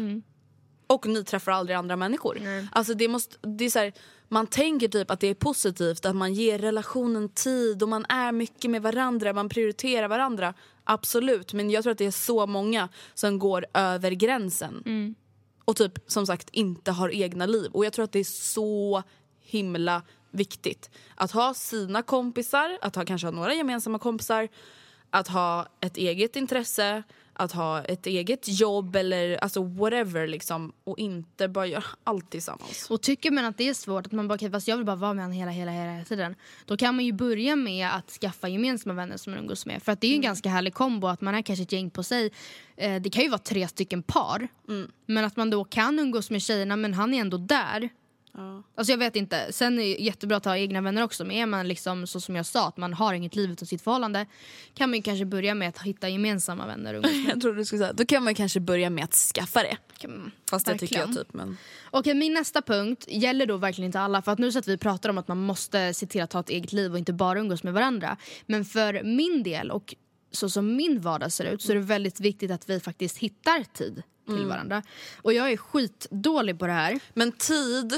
Och ni träffar aldrig andra människor. Alltså det är så här, man tänker typ att det är positivt att man ger relationen tid och man är mycket med varandra, man prioriterar varandra. Absolut, men jag tror att det är så många som går över gränsen. Och typ som sagt inte har egna liv. Och jag tror att det är så himla viktigt att ha sina kompisar, att kanske ha några gemensamma kompisar, att ha ett eget intresse, att ha ett eget jobb eller alltså whatever liksom, och inte bara göra allt tillsammans. Och tycker man att det är svårt, att man bara fast jag vill bara vara med honom hela tiden, då kan man ju börja med att skaffa gemensamma vänner som man umgås med. För att det är ju en ganska härlig kombo att man är kanske ett gäng på sig. Det kan ju vara 3 stycken par, men att man då kan umgås med tjejerna, men han är ändå där. Ja. Alltså jag vet inte. Sen är det jättebra att ha egna vänner också. Men är man liksom så som jag sa, att man har inget liv utan sitt förhållande, kan man ju kanske börja med att hitta gemensamma vänner. Jag tror du skulle säga. Då kan man kanske börja med att skaffa det. Fast det tycker jag typ. Men... Okej, min nästa punkt gäller då verkligen inte alla. För att nu så att vi pratar om att man måste se till att ha ett eget liv och inte bara umgås med varandra. Men för min del och så som min vardag ser ut, så är det väldigt viktigt att vi faktiskt hittar tid till varandra. Och jag är skitdålig på det här. Men tid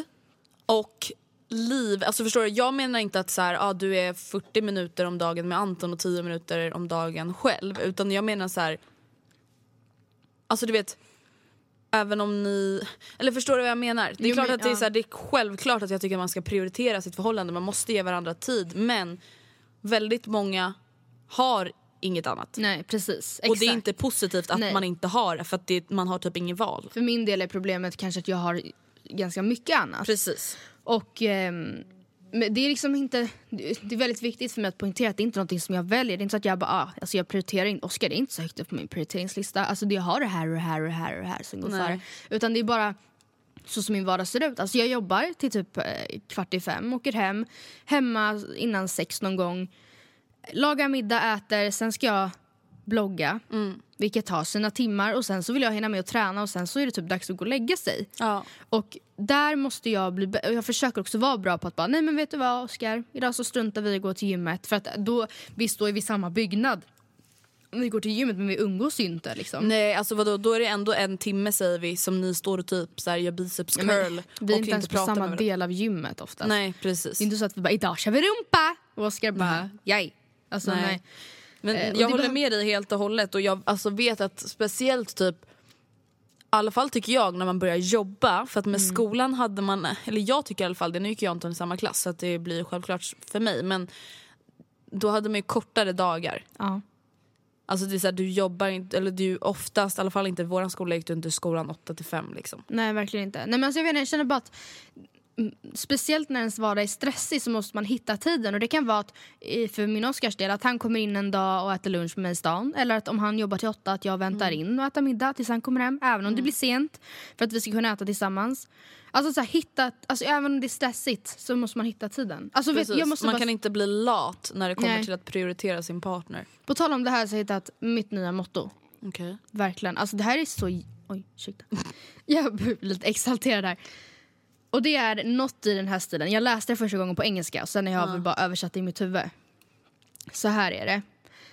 och liv, alltså förstår du, jag menar inte att så här, du är 40 minuter om dagen med Anton och 10 minuter om dagen själv, utan jag menar så här, alltså du vet, även om ni, eller förstår du vad jag menar? Det är klart att det är så här, det är självklart att jag tycker att man ska prioritera sitt förhållande, man måste ge varandra tid, men väldigt många har inget annat. Nej, precis. Exakt. Och det är inte positivt att man inte har, för att man har typ ingen val. För min del är problemet kanske att jag har ganska mycket annat. Precis. Och det är liksom inte, det är väldigt viktigt för mig att poängtera att det är inte någonting som jag väljer. Det är inte så att jag bara, alltså jag prioriterar inte, Oscar det är inte så högt upp på min prioriteringslista. Alltså jag har det här och det här och det här och det här som går före. Utan det är bara så som min vardag ser ut. Alltså jag jobbar till typ 4:45, åker hemma innan 6 någon gång, lagar middag, äter, sen ska jag blogga, vilket tar sina timmar, och sen så vill jag hinna med att träna, och sen så är det typ dags att gå och lägga sig. Och där måste jag bli, och jag försöker också vara bra på att bara, nej men vet du vad Oscar, idag så struntar vi att gå till gymmet, för att då, vi står vi i samma byggnad, vi går till gymmet men vi umgås ju inte liksom. Nej, alltså vadå, då är det ändå 1 timme säger vi, som ni står och typ så här, gör biceps curl, vi är inte ens på samma del av gymmet oftast. Nej, precis. Det är inte så att vi bara, idag kör vi rumpa, och Oscar bara, jaj. Alltså nej. Men jag håller med dig helt och hållet. Och jag alltså vet att speciellt typ, i alla fall tycker jag, när man börjar jobba, för att med skolan hade man, eller jag tycker i alla fall det, nu gick jag inte i samma klass så att det blir självklart för mig, men då hade man ju kortare dagar. Ja. Alltså det är så här, du jobbar inte, eller du oftast, i alla fall inte i våran skola, gick du inte i skolan 8-5 liksom. Nej, verkligen inte. Nej, men alltså jag känner bara att speciellt när ens vardag är stressig så måste man hitta tiden. Och det kan vara att, för min Oscars del, att han kommer in en dag och äter lunch med mig i stan. Eller att om han jobbar till 8, att jag väntar in och äter middag tills han kommer hem. Även om det blir sent, för att vi ska kunna äta tillsammans. Alltså så här, alltså även om det är stressigt så måste man hitta tiden. Alltså man kan inte bli lat när det kommer till att prioritera sin partner. På tal om det här så har jag hittat mitt nya motto. Okej. Verkligen, alltså det här är så... Oj, ursäkta. Jag blir lite exalterad där. Och det är något i den här stilen. Jag läste det första gången på engelska, och sen har jag bara översatt det i mitt huvud. Så här är det.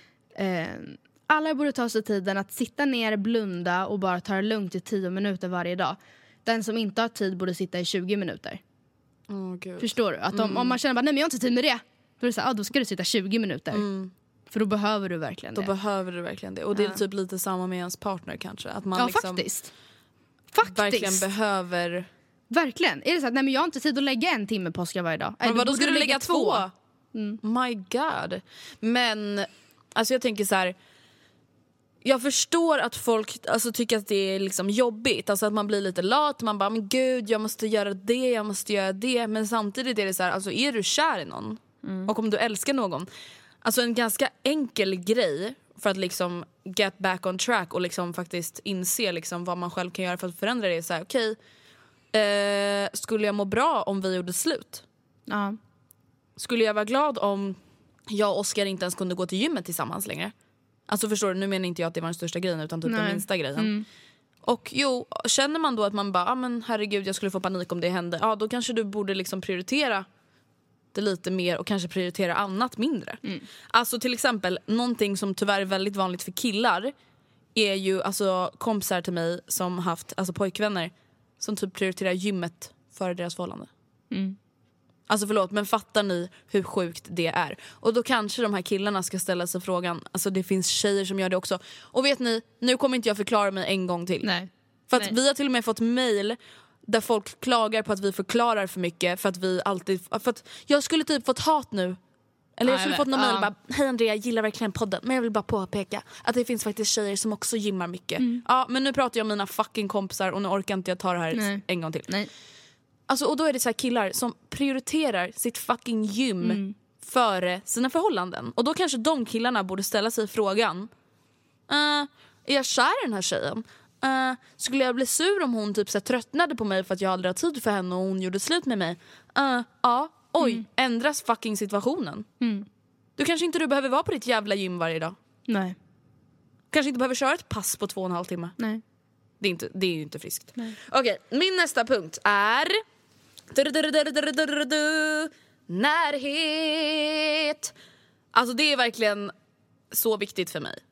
Alla borde ta sig tiden att sitta ner, blunda och bara ta det lugnt i 10 minuter varje dag. Den som inte har tid borde sitta i 20 minuter. Gud. Förstår du? Att om man känner bara, nej men jag har inte tid med det. Då är det så här, då ska du sitta 20 minuter. För då behöver du verkligen det. Då behöver du verkligen det. Och det är typ lite samma med ens partner kanske. Att man liksom faktiskt. Verkligen behöver verkligen. Är det så att nej, men jag har inte tid att lägga 1 timme på Oscar varje dag? Men då ska du lägga 2? My god. Men alltså jag tänker så här. Jag förstår att folk alltså, tycker att det är liksom jobbigt. Alltså att man blir lite lat. Man bara, men gud, jag måste göra det, jag måste göra det. Men samtidigt är det så här, alltså är du kär i någon och om du älskar någon. Alltså en ganska enkel grej för att liksom get back on track och liksom faktiskt inse liksom vad man själv kan göra för att förändra det. Så här, okej, skulle jag må bra om vi gjorde slut? Ja. Skulle jag vara glad om jag och Oscar inte ens kunde gå till gymmet tillsammans längre? Alltså förstår du, nu menar inte jag att det var den största grejen utan typ den minsta grejen. Och jo, känner man då att man bara, men herregud jag skulle få panik om det hände. Ja, då kanske du borde liksom prioritera det lite mer och kanske prioritera annat mindre. Alltså till exempel, någonting som tyvärr är väldigt vanligt för killar är ju alltså kompisar till mig som haft alltså pojkvänner som typ prioriterar gymmet före deras förhållande. Alltså förlåt, men fattar ni hur sjukt det är? Och då kanske de här killarna ska ställa sig frågan, alltså det finns tjejer som gör det också. Och vet ni, nu kommer inte jag förklara mig en gång till. Nej. För att vi har till och med fått mejl där folk klagar på att vi förklarar för mycket. För att vi alltid, för att jag skulle typ fått hat nu. Eller jag skulle fått någon mejl bara, hej Andrea, jag gillar verkligen podden, men jag vill bara påpeka att det finns faktiskt tjejer som också gymmar mycket. Ja, men nu pratar jag om mina fucking kompisar och nu orkar inte jag ta det här en gång till. Nej. Alltså, och då är det så här killar som prioriterar sitt fucking gym före sina förhållanden. Och då kanske de killarna borde ställa sig frågan, är jag kär i den här tjejen? Skulle jag bli sur om hon typ så här, tröttnade på mig för att jag aldrig har tid för henne och hon gjorde slut med mig? Ändras fucking situationen. Du kanske inte behöver vara på ditt jävla gym varje dag. Nej. Kanske inte behöver köra ett pass på 2,5 timmar. Nej. Det är ju inte friskt. Okej, min nästa punkt är närhet. Alltså det är verkligen så viktigt för mig.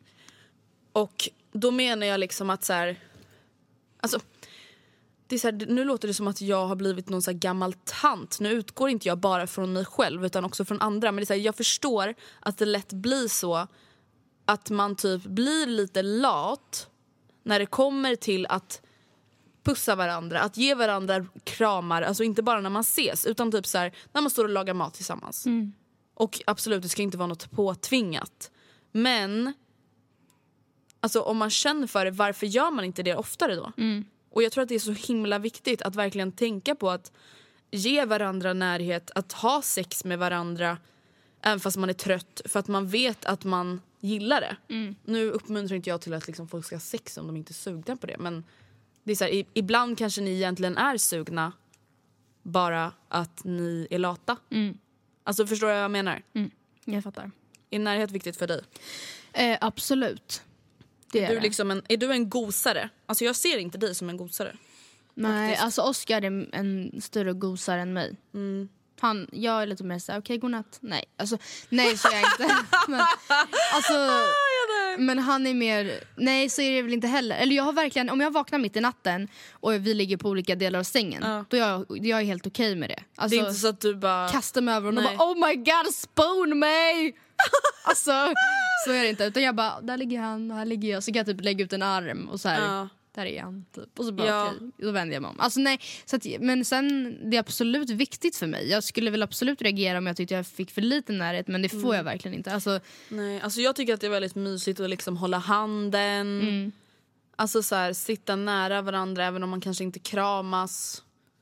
Och då menar jag liksom att så här, alltså det är så här, nu låter det som att jag har blivit någon så här gammal tant. Nu utgår inte jag bara från mig själv utan också från andra. Men det är så här, jag förstår att det lätt blir så att man typ blir lite lat när det kommer till att pussa varandra, att ge varandra kramar, alltså inte bara när man ses utan typ så här, när man står och lagar mat tillsammans. Och absolut, det ska inte vara något påtvingat. Men alltså om man känner för det, varför gör man inte det oftare då? Och jag tror att det är så himla viktigt att verkligen tänka på att ge varandra närhet, att ha sex med varandra även fast man är trött, för att man vet att man gillar det. Nu uppmuntrar inte jag till att liksom folk ska ha sex om de inte är sugna på det, men det är så här, ibland kanske ni egentligen är sugna bara att ni är lata. Alltså förstår jag vad jag menar? Jag fattar. Är närhet viktigt för dig? Absolut. Det är du liksom är du en gosare? Alltså jag ser inte dig som en gosare. Nej, faktiskt. alltså Oscar är en större gosare än mig. Jag är lite mer såhär, okej, godnatt. Nej, alltså, nej så är jag inte. Men, alltså, men han är mer, nej så är det väl inte heller. Eller jag har verkligen, om jag vaknar mitt i natten och vi ligger på olika delar av sängen, då är jag helt okej med det. Alltså, det är inte så att du bara kastar mig över och bara, oh my god, spoon mig! Alltså, så är det inte. Utan jag bara, där ligger han och här ligger jag. Så kan jag typ lägga ut en arm och så här, där är han typ. Och så bara okej, då vänder jag mig om. Alltså nej, så att, men sen det är absolut viktigt för mig. Jag skulle väl absolut reagera om jag tyckte jag fick för lite närhet, men det får jag verkligen inte. Alltså, nej, alltså jag tycker att det är väldigt mysigt att liksom hålla handen. Alltså så här, sitta nära varandra även om man kanske inte kramas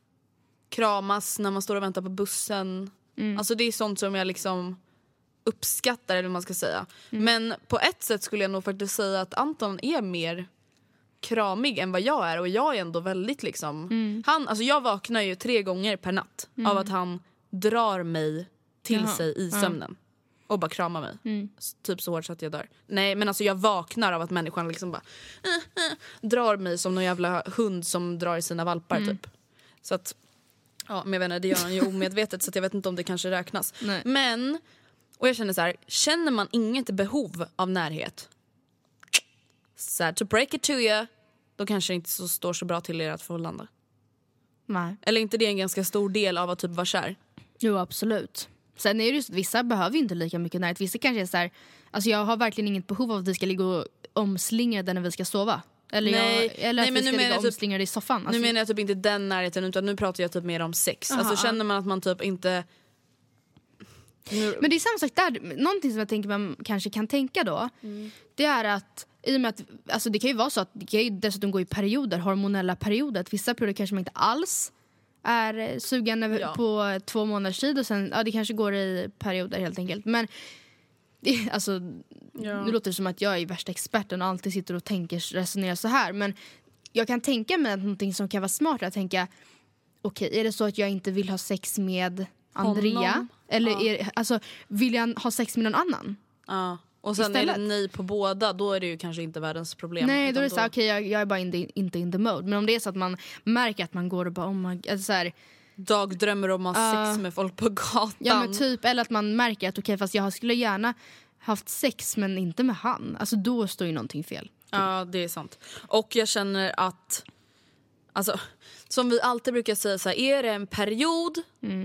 när man står och väntar på bussen. Alltså det är sånt som jag liksom uppskattar, eller vad man ska säga. Men på ett sätt skulle jag nog faktiskt säga att Anton är mer kramig än vad jag är. Och jag är ändå väldigt liksom alltså jag vaknar ju 3 gånger per natt av att han drar mig till sig i sömnen och bara kramar mig. Typ så hårt så att jag dör. Nej, men alltså jag vaknar av att människan liksom bara drar mig som någon jävla hund som drar i sina valpar typ. Så att men jag vet inte, det gör han ju omedvetet, så att jag vet inte om det kanske räknas. Nej. Men och jag känner så här, känner man inget behov av närhet, sad to break it to you, då kanske det inte så står så bra till er att förhållande. nej. Eller inte det är en ganska stor del av att typ vara kär? Jo, absolut. Sen är det just, vissa behöver ju inte lika mycket närhet. Vissa kanske är så här, alltså jag har verkligen inget behov av att vi ska ligga och omslingrade när vi ska sova. Eller, eller att men vi ska nu menar ligga jag typ, omslingade i soffan. Alltså, nu menar jag typ inte den närheten, utan nu pratar jag typ mer om sex. Alltså känner man att man typ inte... Men det är samma sak där. Någonting som jag tänker man kanske kan tänka då, det är att i och med att, alltså det kan ju vara så att det kan ju dessutom gå i perioder, hormonella perioder. Att vissa perioder kanske man inte alls är sugen på 2 månaders tid, och sen, det kanske går i perioder helt enkelt. Men alltså, nu låter det som att jag är värsta experten och alltid sitter och resonerar så här. Men jag kan tänka mig att någonting som kan vara smart är att tänka, okej, är det så att jag inte vill ha sex med Andrea? Honom. Eller alltså, vill jag ha sex med någon annan? Ja. Och sen istället, är det nej på båda, då är det ju kanske inte världens problem. Nej, då är det så här, okej, jag är bara inte in the mode. Men om det är så att man märker att man går och bara, oh my God, alltså så här, dagdrömmer om att ha sex med folk på gatan. Ja, men typ, eller att man märker att okej, fast jag skulle gärna haft sex men inte med han. Alltså då står ju någonting fel. Ja, det är sant. Och jag känner att, alltså, som vi alltid brukar säga så här, är det en period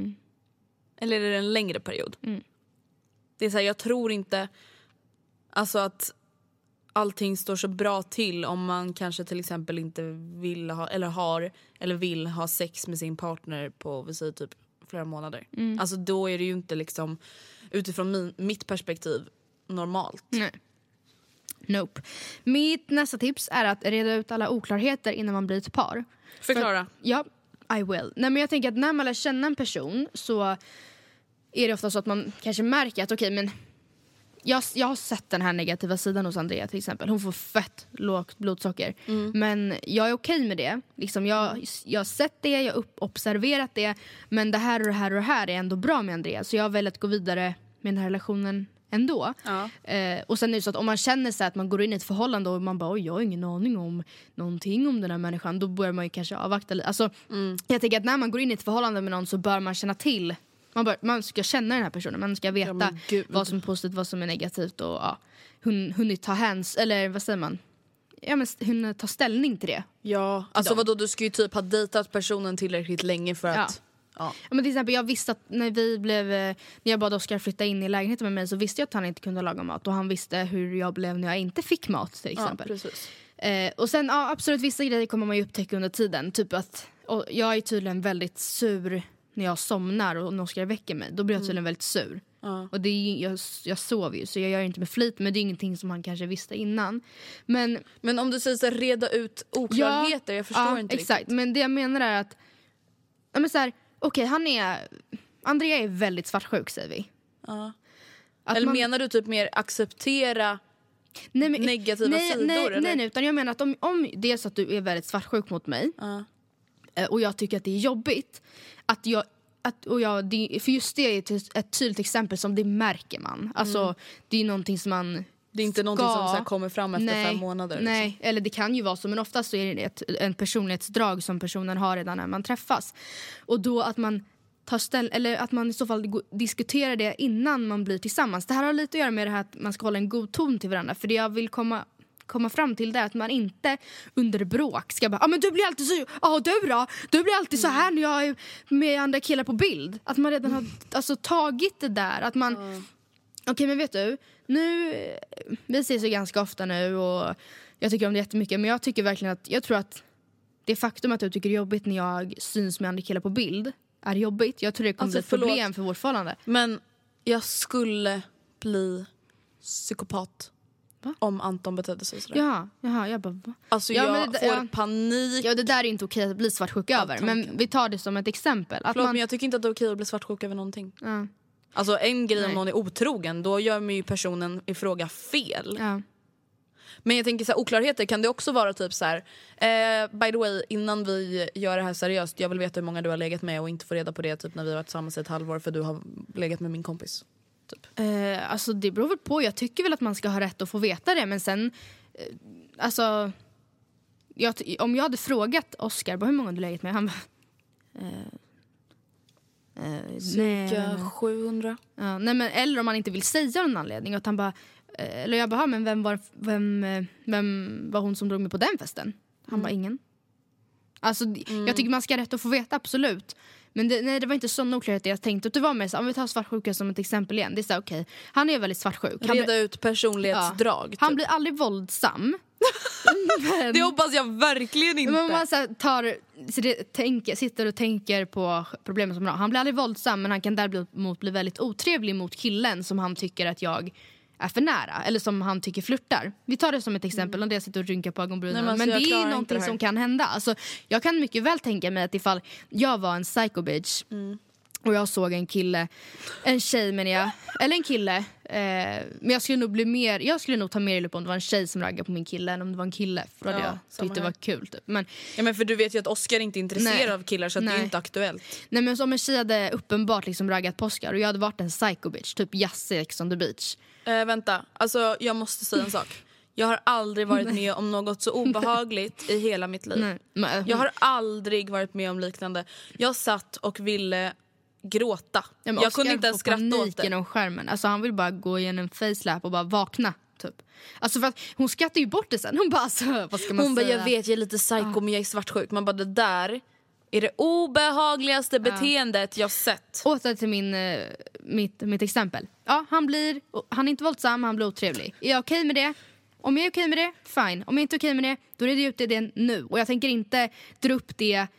eller är det en längre period? Det är så här, jag tror inte alltså att allting står så bra till om man kanske till exempel inte vill ha eller vill ha sex med sin partner på, vi säger typ flera månader. Alltså då är det ju inte liksom utifrån mitt perspektiv normalt. Nej. Nope. Mitt nästa tips är att reda ut alla oklarheter innan man blir ett par. Förklara. Ja, I will. Nej, men jag tänker att när man lär känna en person så är det ofta så att man kanske märker att okej, men jag har sett den här negativa sidan hos Andrea till exempel. Hon får fett lågt blodsocker. Men jag är okej med det. Liksom jag har sett det, jag har observerat det. Men det här och det här och det här är ändå bra med Andrea. Så jag har velat gå vidare med den här relationen ändå. Och sen är det så att om man känner sig att man går in i ett förhållande och man bara, jag har ingen aning om någonting om den här människan, då börjar man ju kanske avvakta lite. Alltså, jag tänker att när man går in i ett förhållande med någon så bör man känna till. Man ska känna den här personen. Man ska veta vad som är positivt, vad som är negativt. Och hunnit ta eller vad säger man? Ja, men hunnit ta ställning till det. Ja, alltså vadå, du ska ju typ ha dejtat personen tillräckligt länge för att... Ja, men till exempel jag visste att när jag bad Oscar flytta in i lägenheten med mig, så visste jag att han inte kunde laga mat. Och han visste hur jag blev när jag inte fick mat till exempel. Ja, precis. Och sen absolut vissa grejer kommer man ju upptäcka under tiden. Typ att jag är tydligen väldigt sur när jag somnar och Oscar väcker mig. Då blir jag tydligen väldigt sur. Och det är, jag sover ju, så jag gör inte med flit. Men det är ingenting som han kanske visste innan. Men om du säger så, reda ut oklarheter, jag förstår inte exakt. Riktigt. Men det jag menar är att okej, Andrea är väldigt svartsjuk, säger vi. Eller menar du typ mer acceptera negativa sidor? Nej, utan jag menar att om det är så att du är väldigt svartsjuk mot mig och jag tycker att det är jobbigt för just det är ett tydligt exempel som det märker man. Alltså det är någonting som man... Det är inte någonting som så här kommer fram efter 5 månader. Nej, liksom. Eller det kan ju vara så. Men oftast så är det en personlighetsdrag som personen har redan när man träffas. Och då att man eller att man i så fall diskuterar det innan man blir tillsammans. Det här har lite att göra med det här att man ska hålla en god ton till varandra. För det jag vill komma fram till det är att man inte under bråk ska bara, men du blir alltid så, du blir alltid så här när jag är med andra killar på bild. Att man redan har tagit det där. Att man, okej, men vet du, nu, vi ses ju ganska ofta nu och jag tycker om det jättemycket, men jag tycker verkligen jag tror att det faktum att du tycker det är jobbigt när jag syns med andra killar på bild är jobbigt. Jag tror det kommer bli ett problem för vårt förhållande. Men jag skulle bli psykopat om Anton betedde sig sådär. Jaha, jag bara... Va? Alltså jag får panik. Ja, det där är inte okej att bli svartsjuk över. Men vi tar det som ett exempel. Men jag tycker inte att det är okej att bli svartsjuk över någonting. Alltså en grej om någon är otrogen, då gör man ju personen i fråga fel. Men jag tänker så här, oklarheter kan det också vara typ så här, by the way, innan vi gör det här seriöst, jag vill veta hur många du har legat med och inte få reda på det typ när vi har varit tillsammans ett halvår för du har legat med min kompis. Typ. Alltså det beror väl på. Jag tycker väl att man ska ha rätt att få veta det. Men sen alltså om jag hade frågat Oscar hur många du legat med, han bara cirka 700. Nej, men eller om man inte vill säga någon anledning att han bara, eller jag bara, men vem var hon som drog mig på den festen? Han bara, ingen. Alltså jag tycker man ska ha rätt att få veta, absolut. Men det var inte sån oklarhet jag tänkte att det var med så, om vi tar svartsjuka som ett exempel igen. Det är så okej, han är väldigt svartsjuk. Reda ut personlighetsdrag. Han blir aldrig våldsam. Det hoppas jag verkligen inte. Men man så här, sitter och tänker på problemen som han har. Han blir aldrig våldsam, men han kan däremot bli väldigt otrevlig mot killen som han tycker att jag är för nära. Eller som han tycker flirtar. Vi tar det som ett exempel om det jag sitter och rynkar på ögonbrynen. Men det är ju någonting som kan hända. Alltså, jag kan mycket väl tänka mig att ifall jag var en psycho bitch och jag såg en tjej menar jag, eller en kille, men jag skulle nog ta mer illa på om det var en tjej som raggade på min kille än om det var en kille, för då hade jag tyckte det var kul typ. Men för du vet ju att Oscar inte är intresserad av killar, så att det är inte aktuellt. Nej, men om en tjej hade uppenbart liksom raggat på Oscar och jag hade varit en psycho bitch, typ Jasse Ex on the beach. Vänta, alltså jag måste säga en sak. Jag har aldrig varit med om något så obehagligt i hela mitt liv. Jag har aldrig varit med om liknande. Jag satt och ville gråta. Jag kunde inte ens skratta åt det. Genom skärmen. Alltså han vill bara gå igenom en facelap och bara vakna typ. Alltså för att hon skrattar ju bort det sen. Hon bara alltså, vad ska man hon säga? Bara, jag vet, jag är lite psycho men jag är svartsjuk. Man bara, det där är det obehagligaste beteendet jag sett. Åter till mitt exempel. Ja, han är inte våldsam, han blir otrevlig. Är jag okej med det? Om jag är okej med det, fine. Om jag inte är okej med det, då är det ut det nu. Och jag tänker inte dra upp det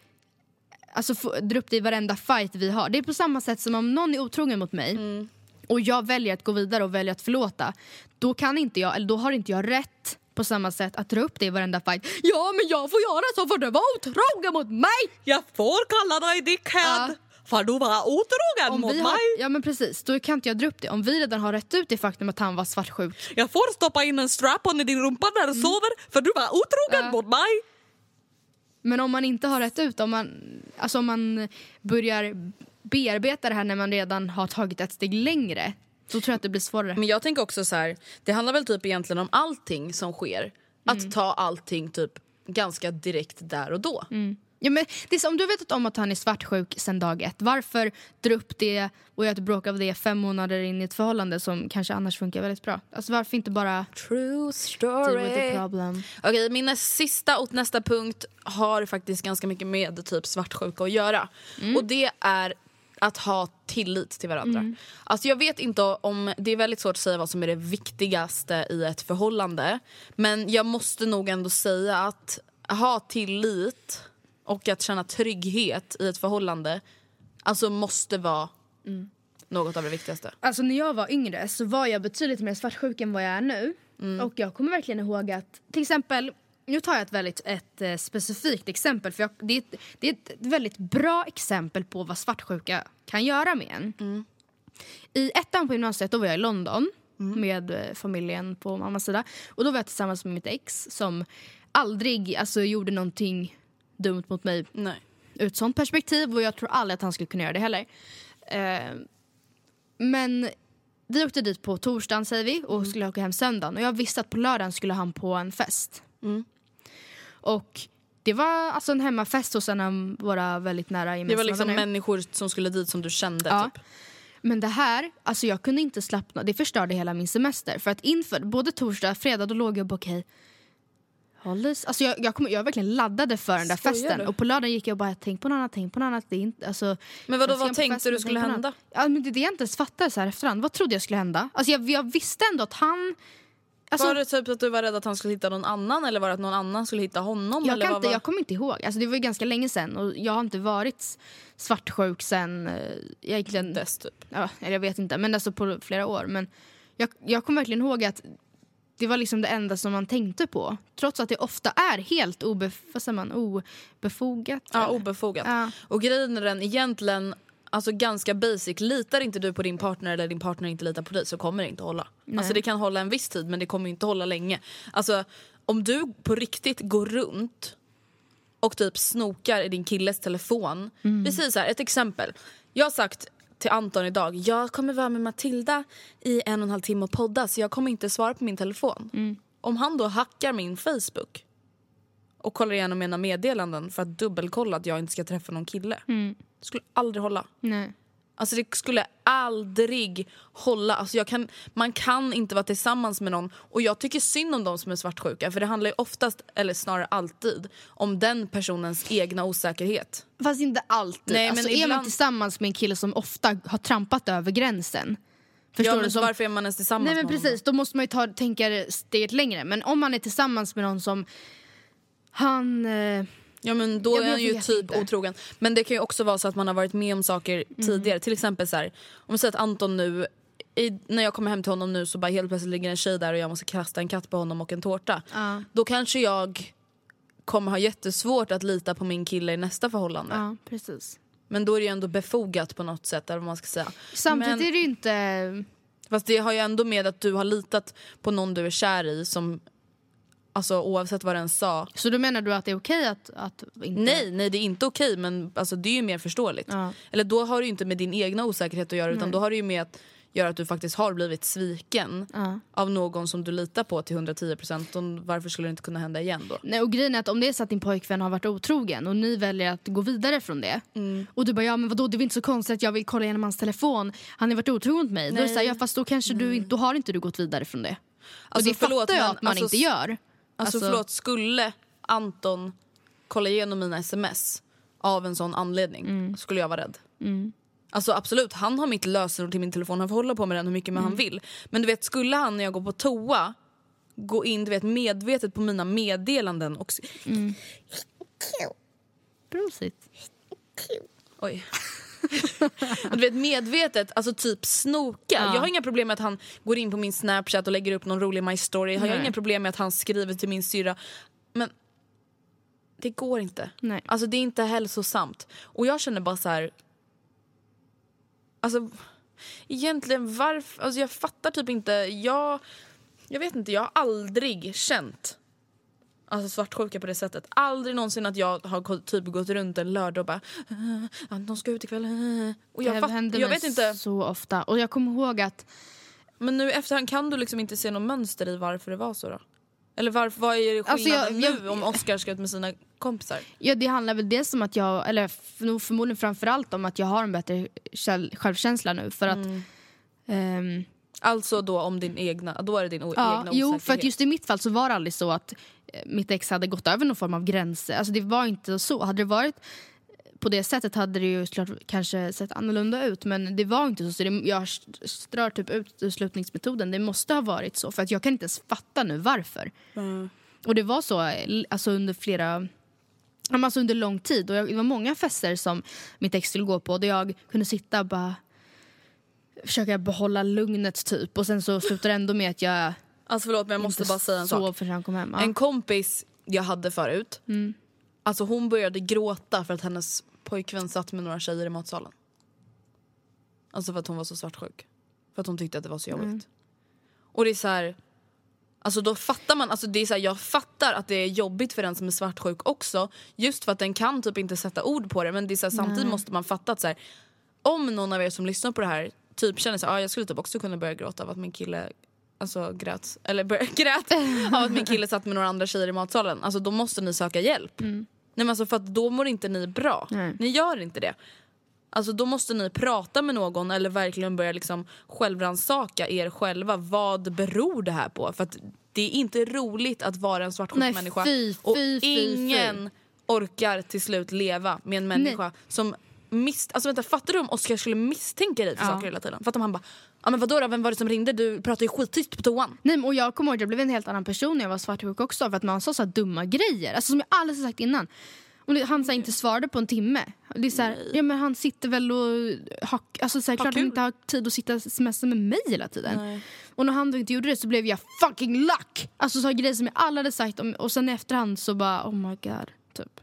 i varenda fight vi har. Det är på samma sätt som om någon är otrogen mot mig och jag väljer att gå vidare och väljer att förlåta. Då har inte jag rätt på samma sätt att dra upp det i varenda fight. Ja, men jag får göra så för du var otrogen mot mig. Jag får kalla dig dickhead. För du var otrogen mot mig. Ja, men precis. Då kan inte jag dra upp det. Om vi redan har rätt ut det faktum att han var svartsjuk. Jag får stoppa in en strap-on i din rumpa när du sover för du var otrogen mot mig. Men om man inte har rätt ut, om man börjar bearbeta det här när man redan har tagit ett steg längre, så tror jag att det blir svårare. Men jag tänker också så här, det handlar väl typ egentligen om allting som sker. Att ta allting typ ganska direkt där och då. Ja, men det är så, om du vet om att han är svartsjuk sedan dag 1, varför dra upp det och göra ett bråk av det 5 månader in i ett förhållande som kanske annars funkar väldigt bra? Alltså varför inte bara true story. Okej, min sista och nästa punkt har faktiskt ganska mycket med typ svartsjuka att göra. Och det är att ha tillit till varandra. Alltså jag vet inte om det är väldigt svårt att säga vad som är det viktigaste i ett förhållande, men jag måste nog ändå säga att ha tillit och att känna trygghet i ett förhållande, alltså måste vara något av det viktigaste. Alltså när jag var yngre så var jag betydligt mer svartsjuk än vad jag är nu. Och jag kommer verkligen ihåg att, till exempel, nu tar jag ett specifikt exempel, för det är ett väldigt bra exempel på vad svartsjuka kan göra med en. I 1:an på gymnasiet, då var jag i London med familjen på mammas sida. Och då var jag tillsammans med mitt ex som aldrig gjorde någonting dumt mot mig. Nej. Ur ett sånt perspektiv, och jag tror aldrig att han skulle kunna göra det heller. Men vi åkte dit på torsdagen, säger vi, och skulle åka hem söndagen. Och jag visste att på lördagen skulle han på en fest. Och det var alltså en hemmafest hos en av våra väldigt nära gemensamma. Det var liksom människor som skulle dit som du kände typ. Men det här, alltså jag kunde inte slappna. Det förstörde hela min semester. För att inför både torsdag och fredag, då låg jag på okej. Alltså jag verkligen laddade för den där festen. Och på lördagen gick jag och bara tänk på något annat. Det är inte, alltså, men vad tänkte du skulle hända? Ja, men det jag inte ens fattade så här efterhand. Vad trodde jag skulle hända? Alltså jag visste ändå att han... Alltså, var det typ att du var rädd att han skulle hitta någon annan, eller var det att någon annan skulle hitta honom? Jag kommer inte ihåg. Alltså, det var ju ganska länge sedan och jag har inte varit svartsjuk sen egentligen dess typ. Ja, jag vet inte, men alltså på flera år. Men jag kommer verkligen ihåg att det var liksom det enda som man tänkte på. Trots att det ofta är helt obefogat. Ja, obefogat. Ja. Och grejen är den egentligen, alltså ganska basic. Litar inte du på din partner eller din partner inte litar på dig, så kommer det inte hålla. Nej. Alltså det kan hålla en viss tid, men det kommer inte hålla länge. Alltså om du på riktigt går runt och typ snokar i din killes telefon. Vi säger så här, ett exempel. Jag har sagt till Anton idag, jag kommer vara med Matilda i 1,5 timme och podda, så jag kommer inte svara på min telefon. Om han då hackar min Facebook och kollar igenom mina meddelanden för att dubbelkolla att jag inte ska träffa någon kille, det skulle aldrig hålla. Nej. Alltså det skulle aldrig hålla. Alltså man kan inte vara tillsammans med någon. Och jag tycker synd om de som är svartsjuka. För det handlar ju oftast, eller snarare alltid, om den personens egna osäkerhet. Fast inte alltid. Nej, alltså, men är ibland... man tillsammans med en kille som ofta har trampat över gränsen, Förstår men du? Som, varför är man ens tillsammans nej men med precis, då måste man ju tänka steget längre. Men om man är tillsammans med någon som han... Ja men då är han ju typ inte. otrogen. Men det kan ju också vara så att man har varit med om saker tidigare. Till exempel så här, om vi säger att Anton nu när jag kommer hem till honom nu så bara helt plötsligt ligger en tjej där och jag måste kasta en katt på honom och en tårta. Då kanske jag kommer ha jättesvårt att lita på min kille i nästa förhållande. Ja, precis. Men då är det ju ändå befogat på något sätt, eller vad man ska säga. Samtidigt är det ju inte... Fast det har ju ändå med att du har litat på någon du är kär i som... Alltså oavsett vad den sa. Så då menar du att det är okej att inte... Nej, det är inte okej, men alltså, det är ju mer förståeligt. Eller då har det ju inte med din egna osäkerhet att göra, utan då har det ju med att göra att du faktiskt har blivit sviken av någon som du litar på till 110%. Och varför skulle det inte kunna hända igen då? Nej, och grejen är att om det är så att din pojkvän har varit otrogen och ni väljer att gå vidare från det och du bara, ja men vadå, det är inte så konstigt att jag vill kolla igenom hans telefon, han har varit otrogen mot mig. Då är det så här, ja fast då kanske då har inte du gått vidare från det. Alltså, och det fattar jag att man inte gör. Alltså förlåt, skulle Anton kolla igenom mina sms av en sån anledning skulle jag vara rädd. Alltså absolut, han har mitt lösenord till min telefon. Han får hålla på med den hur mycket han vill. Men du vet, skulle han när jag går på toa gå in, du vet, medvetet på mina meddelanden och... Prosit. Oj. Och du vet, medvetet, alltså typ snoka. Jag har inga problem med att han går in på min Snapchat och lägger upp någon rolig My Story. Jag har inga problem med att han skriver till min syra. Men det går inte. Nej. Alltså det är inte hälsosamt. Och jag känner bara så här... Alltså egentligen varför... Alltså jag fattar typ inte. Jag vet inte, jag har aldrig känt alltså svartsjuka på det sättet. Aldrig någonsin att jag har typ gått runt en lördag och bara de ska ut ikväll. Och jag vet inte så ofta. Och jag kommer ihåg att... Men nu efterhand kan du liksom inte se något mönster i varför det var så då? Eller vad är skillnaden nu om Oscar ska ut med sina kompisar? Ja, det handlar väl dels om att jag, eller förmodligen framförallt om att jag har en bättre självkänsla nu. För att... alltså då om din egna, då är det din egna osäkerhet. Jo, för att just i mitt fall så var det aldrig så att mitt ex hade gått över någon form av gränser. Alltså det var inte så. Hade det varit på det sättet hade det ju klart kanske sett annorlunda ut. Men det var inte så. Så jag drar typ utslutningsmetoden. Det måste ha varit så. För att jag kan inte ens fatta nu varför. Och det var så alltså under lång tid. Och det var många fester som mitt ex skulle gå på. Där jag kunde sitta och bara försöka behålla lugnet typ. Och sen så slutar det ändå med att jag... Alltså förlåt, men jag måste bara säga en sak. Han kom hem. En kompis jag hade förut. Alltså hon började gråta för att hennes pojkvän satt med några tjejer i matsalen. Alltså för att hon var så svartsjuk. För att hon tyckte att det var så jobbigt. Och det är så här... Alltså då fattar man, alltså det är så här, jag fattar att det är jobbigt för den som är svartsjuk också. Just för att den kan typ inte sätta ord på det. Men det är så här, samtidigt måste man fatta att så här, om någon av er som lyssnar på det här typ känner sig, jag skulle typ också kunna börja gråta av att min kille grät av att min kille satt med några andra tjejer i matsalen. Alltså då måste ni söka hjälp. Nej men alltså för att då mår inte ni bra. Ni gör inte det. Alltså då måste ni prata med någon eller verkligen börja liksom självrannsaka er själva. Vad beror det här på? För att det är inte roligt att vara en svartsjuk människa. Och ingen orkar till slut leva med en människa som alltså vänta, fattar du om Oscar skulle misstänka dig för saker hela tiden? Fattar man bara, men vadå då, vem var det som ringde? Du pratade ju skittyst på toan. Nej, och jag kommer ihåg att jag blev en helt annan person när jag var svartsjuk också. För att man sa så här dumma grejer, alltså som jag aldrig sagt innan. Och han så inte svarade på en timme. Det är så här, ja men han sitter väl och alltså så här, klart han inte har tid att sitta och smsa med mig hela tiden. Nej. Och när han då inte gjorde det så blev jag fucking luck. Alltså så grejer som jag aldrig hade sagt om, och sen efterhand så bara oh my god typ.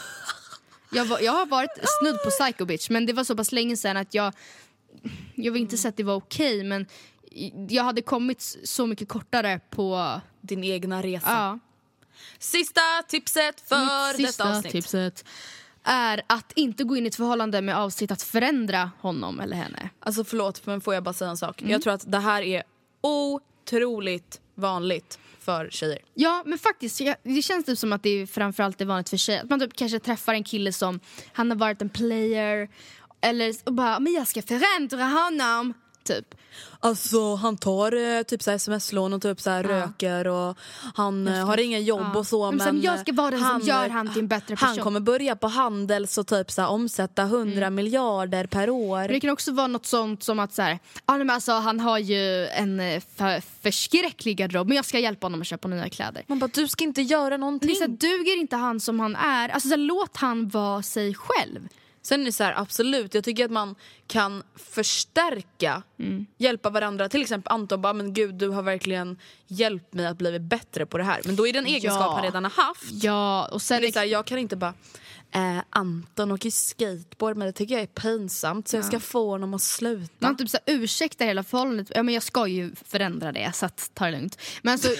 Jag har varit snudd på psycho bitch, men det var så pass länge sedan att jag vill inte säga att det var okej, men jag hade kommit så mycket kortare på din egna resa. Ja. Sista tipset för detta avsnitt. Sista tipset är att inte gå in i ett förhållande med avsikt att förändra honom eller henne. Alltså förlåt, men får jag bara säga en sak? Jag tror att det här är otroligt vanligt för tjejer. Ja, men faktiskt, det känns typ som att det framförallt är vanligt för tjejer. Att man typ kanske träffar en kille som han har varit en player eller och bara, men jag ska förändra honom. typ. Alltså han tar typ så här sms-lån och typ så här röker och han har ingen jobb och så, men jag ska vara den som gör han till en bättre person. Han kommer börja på handel så typ så här, omsätta 100 miljarder per år. Det kan också vara något sånt som att så här, men alltså, han har ju en förskräcklig garderob, men jag ska hjälpa honom att köpa nya kläder. Man bara, du ska inte göra någonting. Lisa, duger inte han som han är? Alltså så här, låt han vara sig själv. Sen är det så här, absolut, jag tycker att man kan förstärka, hjälpa varandra. Till exempel Anton bara, men gud, du har verkligen hjälpt mig att bli bättre på det här. Men då är det en egenskap han redan har haft. Ja, och sen det är så här, jag kan inte bara, Anton åker skateboard, men det tycker jag är pinsamt, så jag ska få honom att sluta. Man typ så här, ursäktar hela förhållandet. Ja, men jag ska ju förändra det, så att ta det lugnt. Men alltså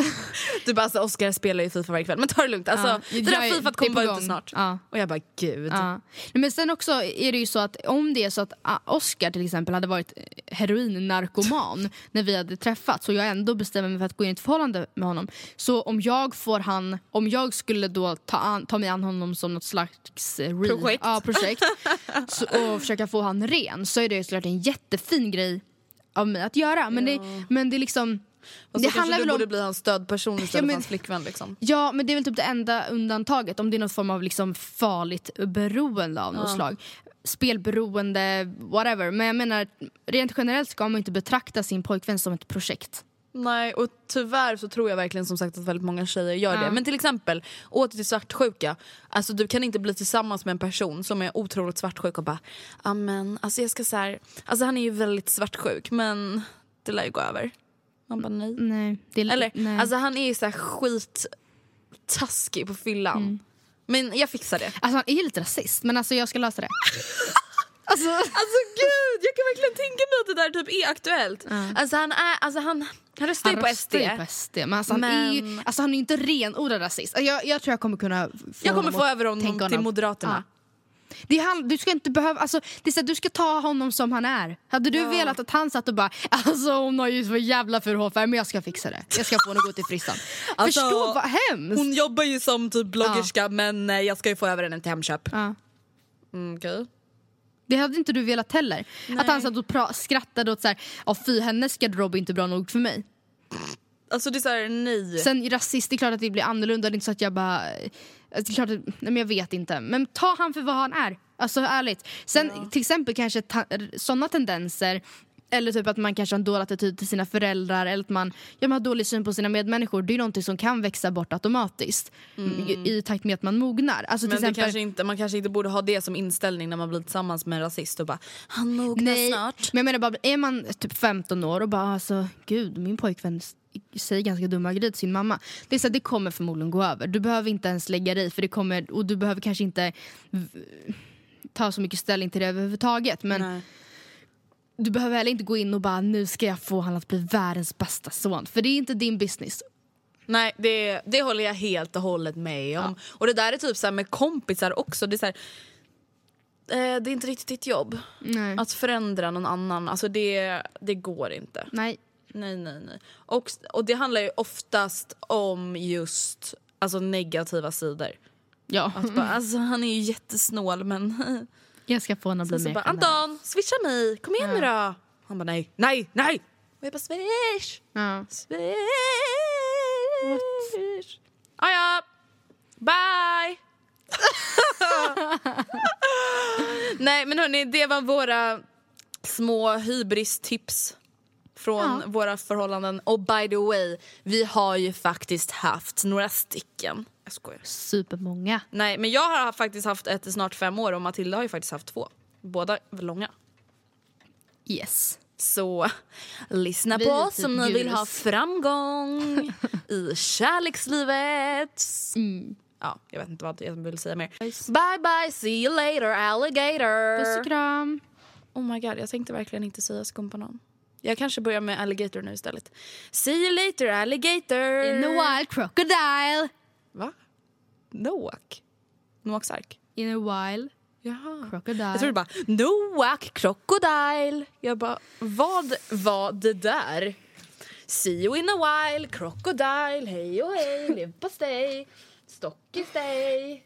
du bara, alltså, Oscar spelar ju FIFA varje kväll, men ta det lugnt. Alltså, det där FIFA kommer vara ute snart. Och jag bara, gud. Nej, men sen också är det ju så att om det är så att Oscar till exempel hade varit heroinnarkoman när vi hade träffats, så jag ändå bestämmer mig för att gå in i ett förhållande med honom, så om jag skulle då ta mig an honom som något slags projekt och försöka få han ren, så är det såklart en jättefin grej av mig att göra, men det är liksom, det handlar väl om, borde bli hans stödperson istället för hans flickvän liksom. Ja, men det är väl typ det enda undantaget, om det är någon form av liksom farligt beroende av något slag, spelberoende, whatever. Men jag menar, rent generellt ska man inte betrakta sin pojkvän som ett projekt. Nej, och tyvärr så tror jag verkligen som sagt att väldigt många tjejer gör det. Men till exempel, åter till svartsjuka. Alltså du kan inte bli tillsammans med en person som är otroligt svartsjuk och bara, amen, alltså jag ska så här, alltså han är ju väldigt svartsjuk, men det lär ju gå över. Man bara nej. Nej. Alltså han är ju så här skittaskig på fyllan. Men jag fixar det. Alltså han är lite rasist, men alltså jag ska lösa det. Alltså gud, jag kan verkligen tänka mig att det där typ är aktuellt. Alltså han röstar ju på SD. Men alltså han är ju, alltså han är inte renodlad rasist. Jag tror jag kommer kunna få över honom till Moderaterna. Du ska inte behöva, alltså det är så att du ska ta honom som han är. Hade du velat att han satt och bara, alltså hon har ju så jävla för hårfärg, men jag ska fixa det. Jag ska få henne att gå till frissan. Alltså, förstå vad hemskt. Hon jobbar ju som typ bloggerska, men jag ska ju få över henne till Hemköp. Okej. Det hade inte du velat heller. Nej. Att han satt och skrattade åt så här, fy, hennes garderob är inte bra nog för mig. Alltså det är så här, nej. Sen rasist, det är klart att det blir annorlunda. Det är inte så att jag bara, det är klart att, nej, men jag vet inte. Men ta han för vad han är. Alltså ärligt. Sen till exempel kanske sådana tendenser, eller typ att man kanske har en dålig attityd till sina föräldrar, eller att man har dålig syn på sina medmänniskor. Det är någonting som kan växa bort automatiskt i takt med att man mognar. Alltså, men till exempel, man kanske inte borde ha det som inställning när man blir tillsammans med en rasist och bara, han mognar snart. Men jag menar bara, är man typ 15 år och bara, alltså gud, min pojkvän säger ganska dumma grejer till sin mamma. Det är så att det kommer förmodligen gå över. Du behöver inte ens lägga dig, för det kommer, och du behöver kanske inte ta så mycket ställning till det överhuvudtaget. Men du behöver heller inte gå in och bara, nu ska jag få han att bli världens bästa son. För det är inte din business. Nej, det håller jag helt och hållet med om. Och det där är typ så här med kompisar också. Det är så här, det är inte riktigt ditt jobb. Nej. Att förändra någon annan. Alltså det går inte. Nej. Och det handlar ju oftast om just alltså negativa sidor. Ja. Att bara, alltså, han är ju jättesnål, men jag ska få honom att bli med. Anton, switcha mig, kom igen nu då. Han bara nej. Och jag bara swish. Swish. Ja. Bye. Nej, men hörni, det var våra små hybris-tips från våra förhållanden. Och by the way, vi har ju faktiskt haft några stycken. Jag skojar. Supermånga. Nej, men jag har faktiskt haft ett i snart 5 år och Matilda har ju faktiskt haft 2. Båda långa. Yes. Så lyssna på oss om ni vill ha framgång i kärlekslivet. Ja, jag vet inte vad jag vill säga mer. Bye bye, see you later alligator. Puss och kram. Oh my god, jag tänkte verkligen inte säga skumbanan. Jag kanske börjar med alligator nu istället. See you later alligator. In the wild crocodile. Va? Noaks ark. In a wild crocodile. Jag trodde bara Noak crocodile. Jag bara, vad var det där? See you in a wild crocodile. Hej och hej, live på stay. Stocky stay.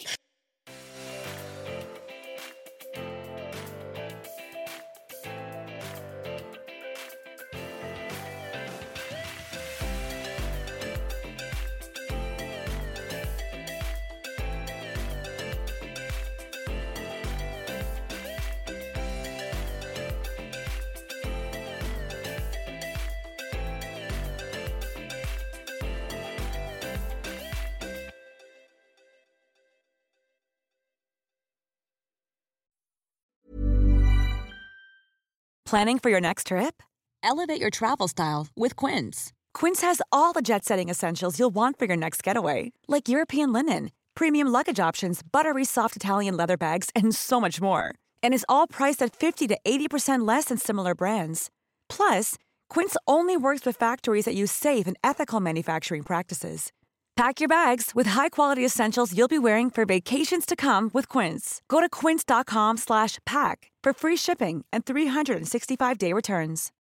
Planning for your next trip? Elevate your travel style with Quince. Quince has all the jet-setting essentials you'll want for your next getaway, like European linen, premium luggage options, buttery soft Italian leather bags, and so much more. And is all priced at 50 to 80% less than similar brands. Plus, Quince only works with factories that use safe and ethical manufacturing practices. Pack your bags with high-quality essentials you'll be wearing for vacations to come with Quince. Go to quince.com/pack for free shipping and 365-day returns.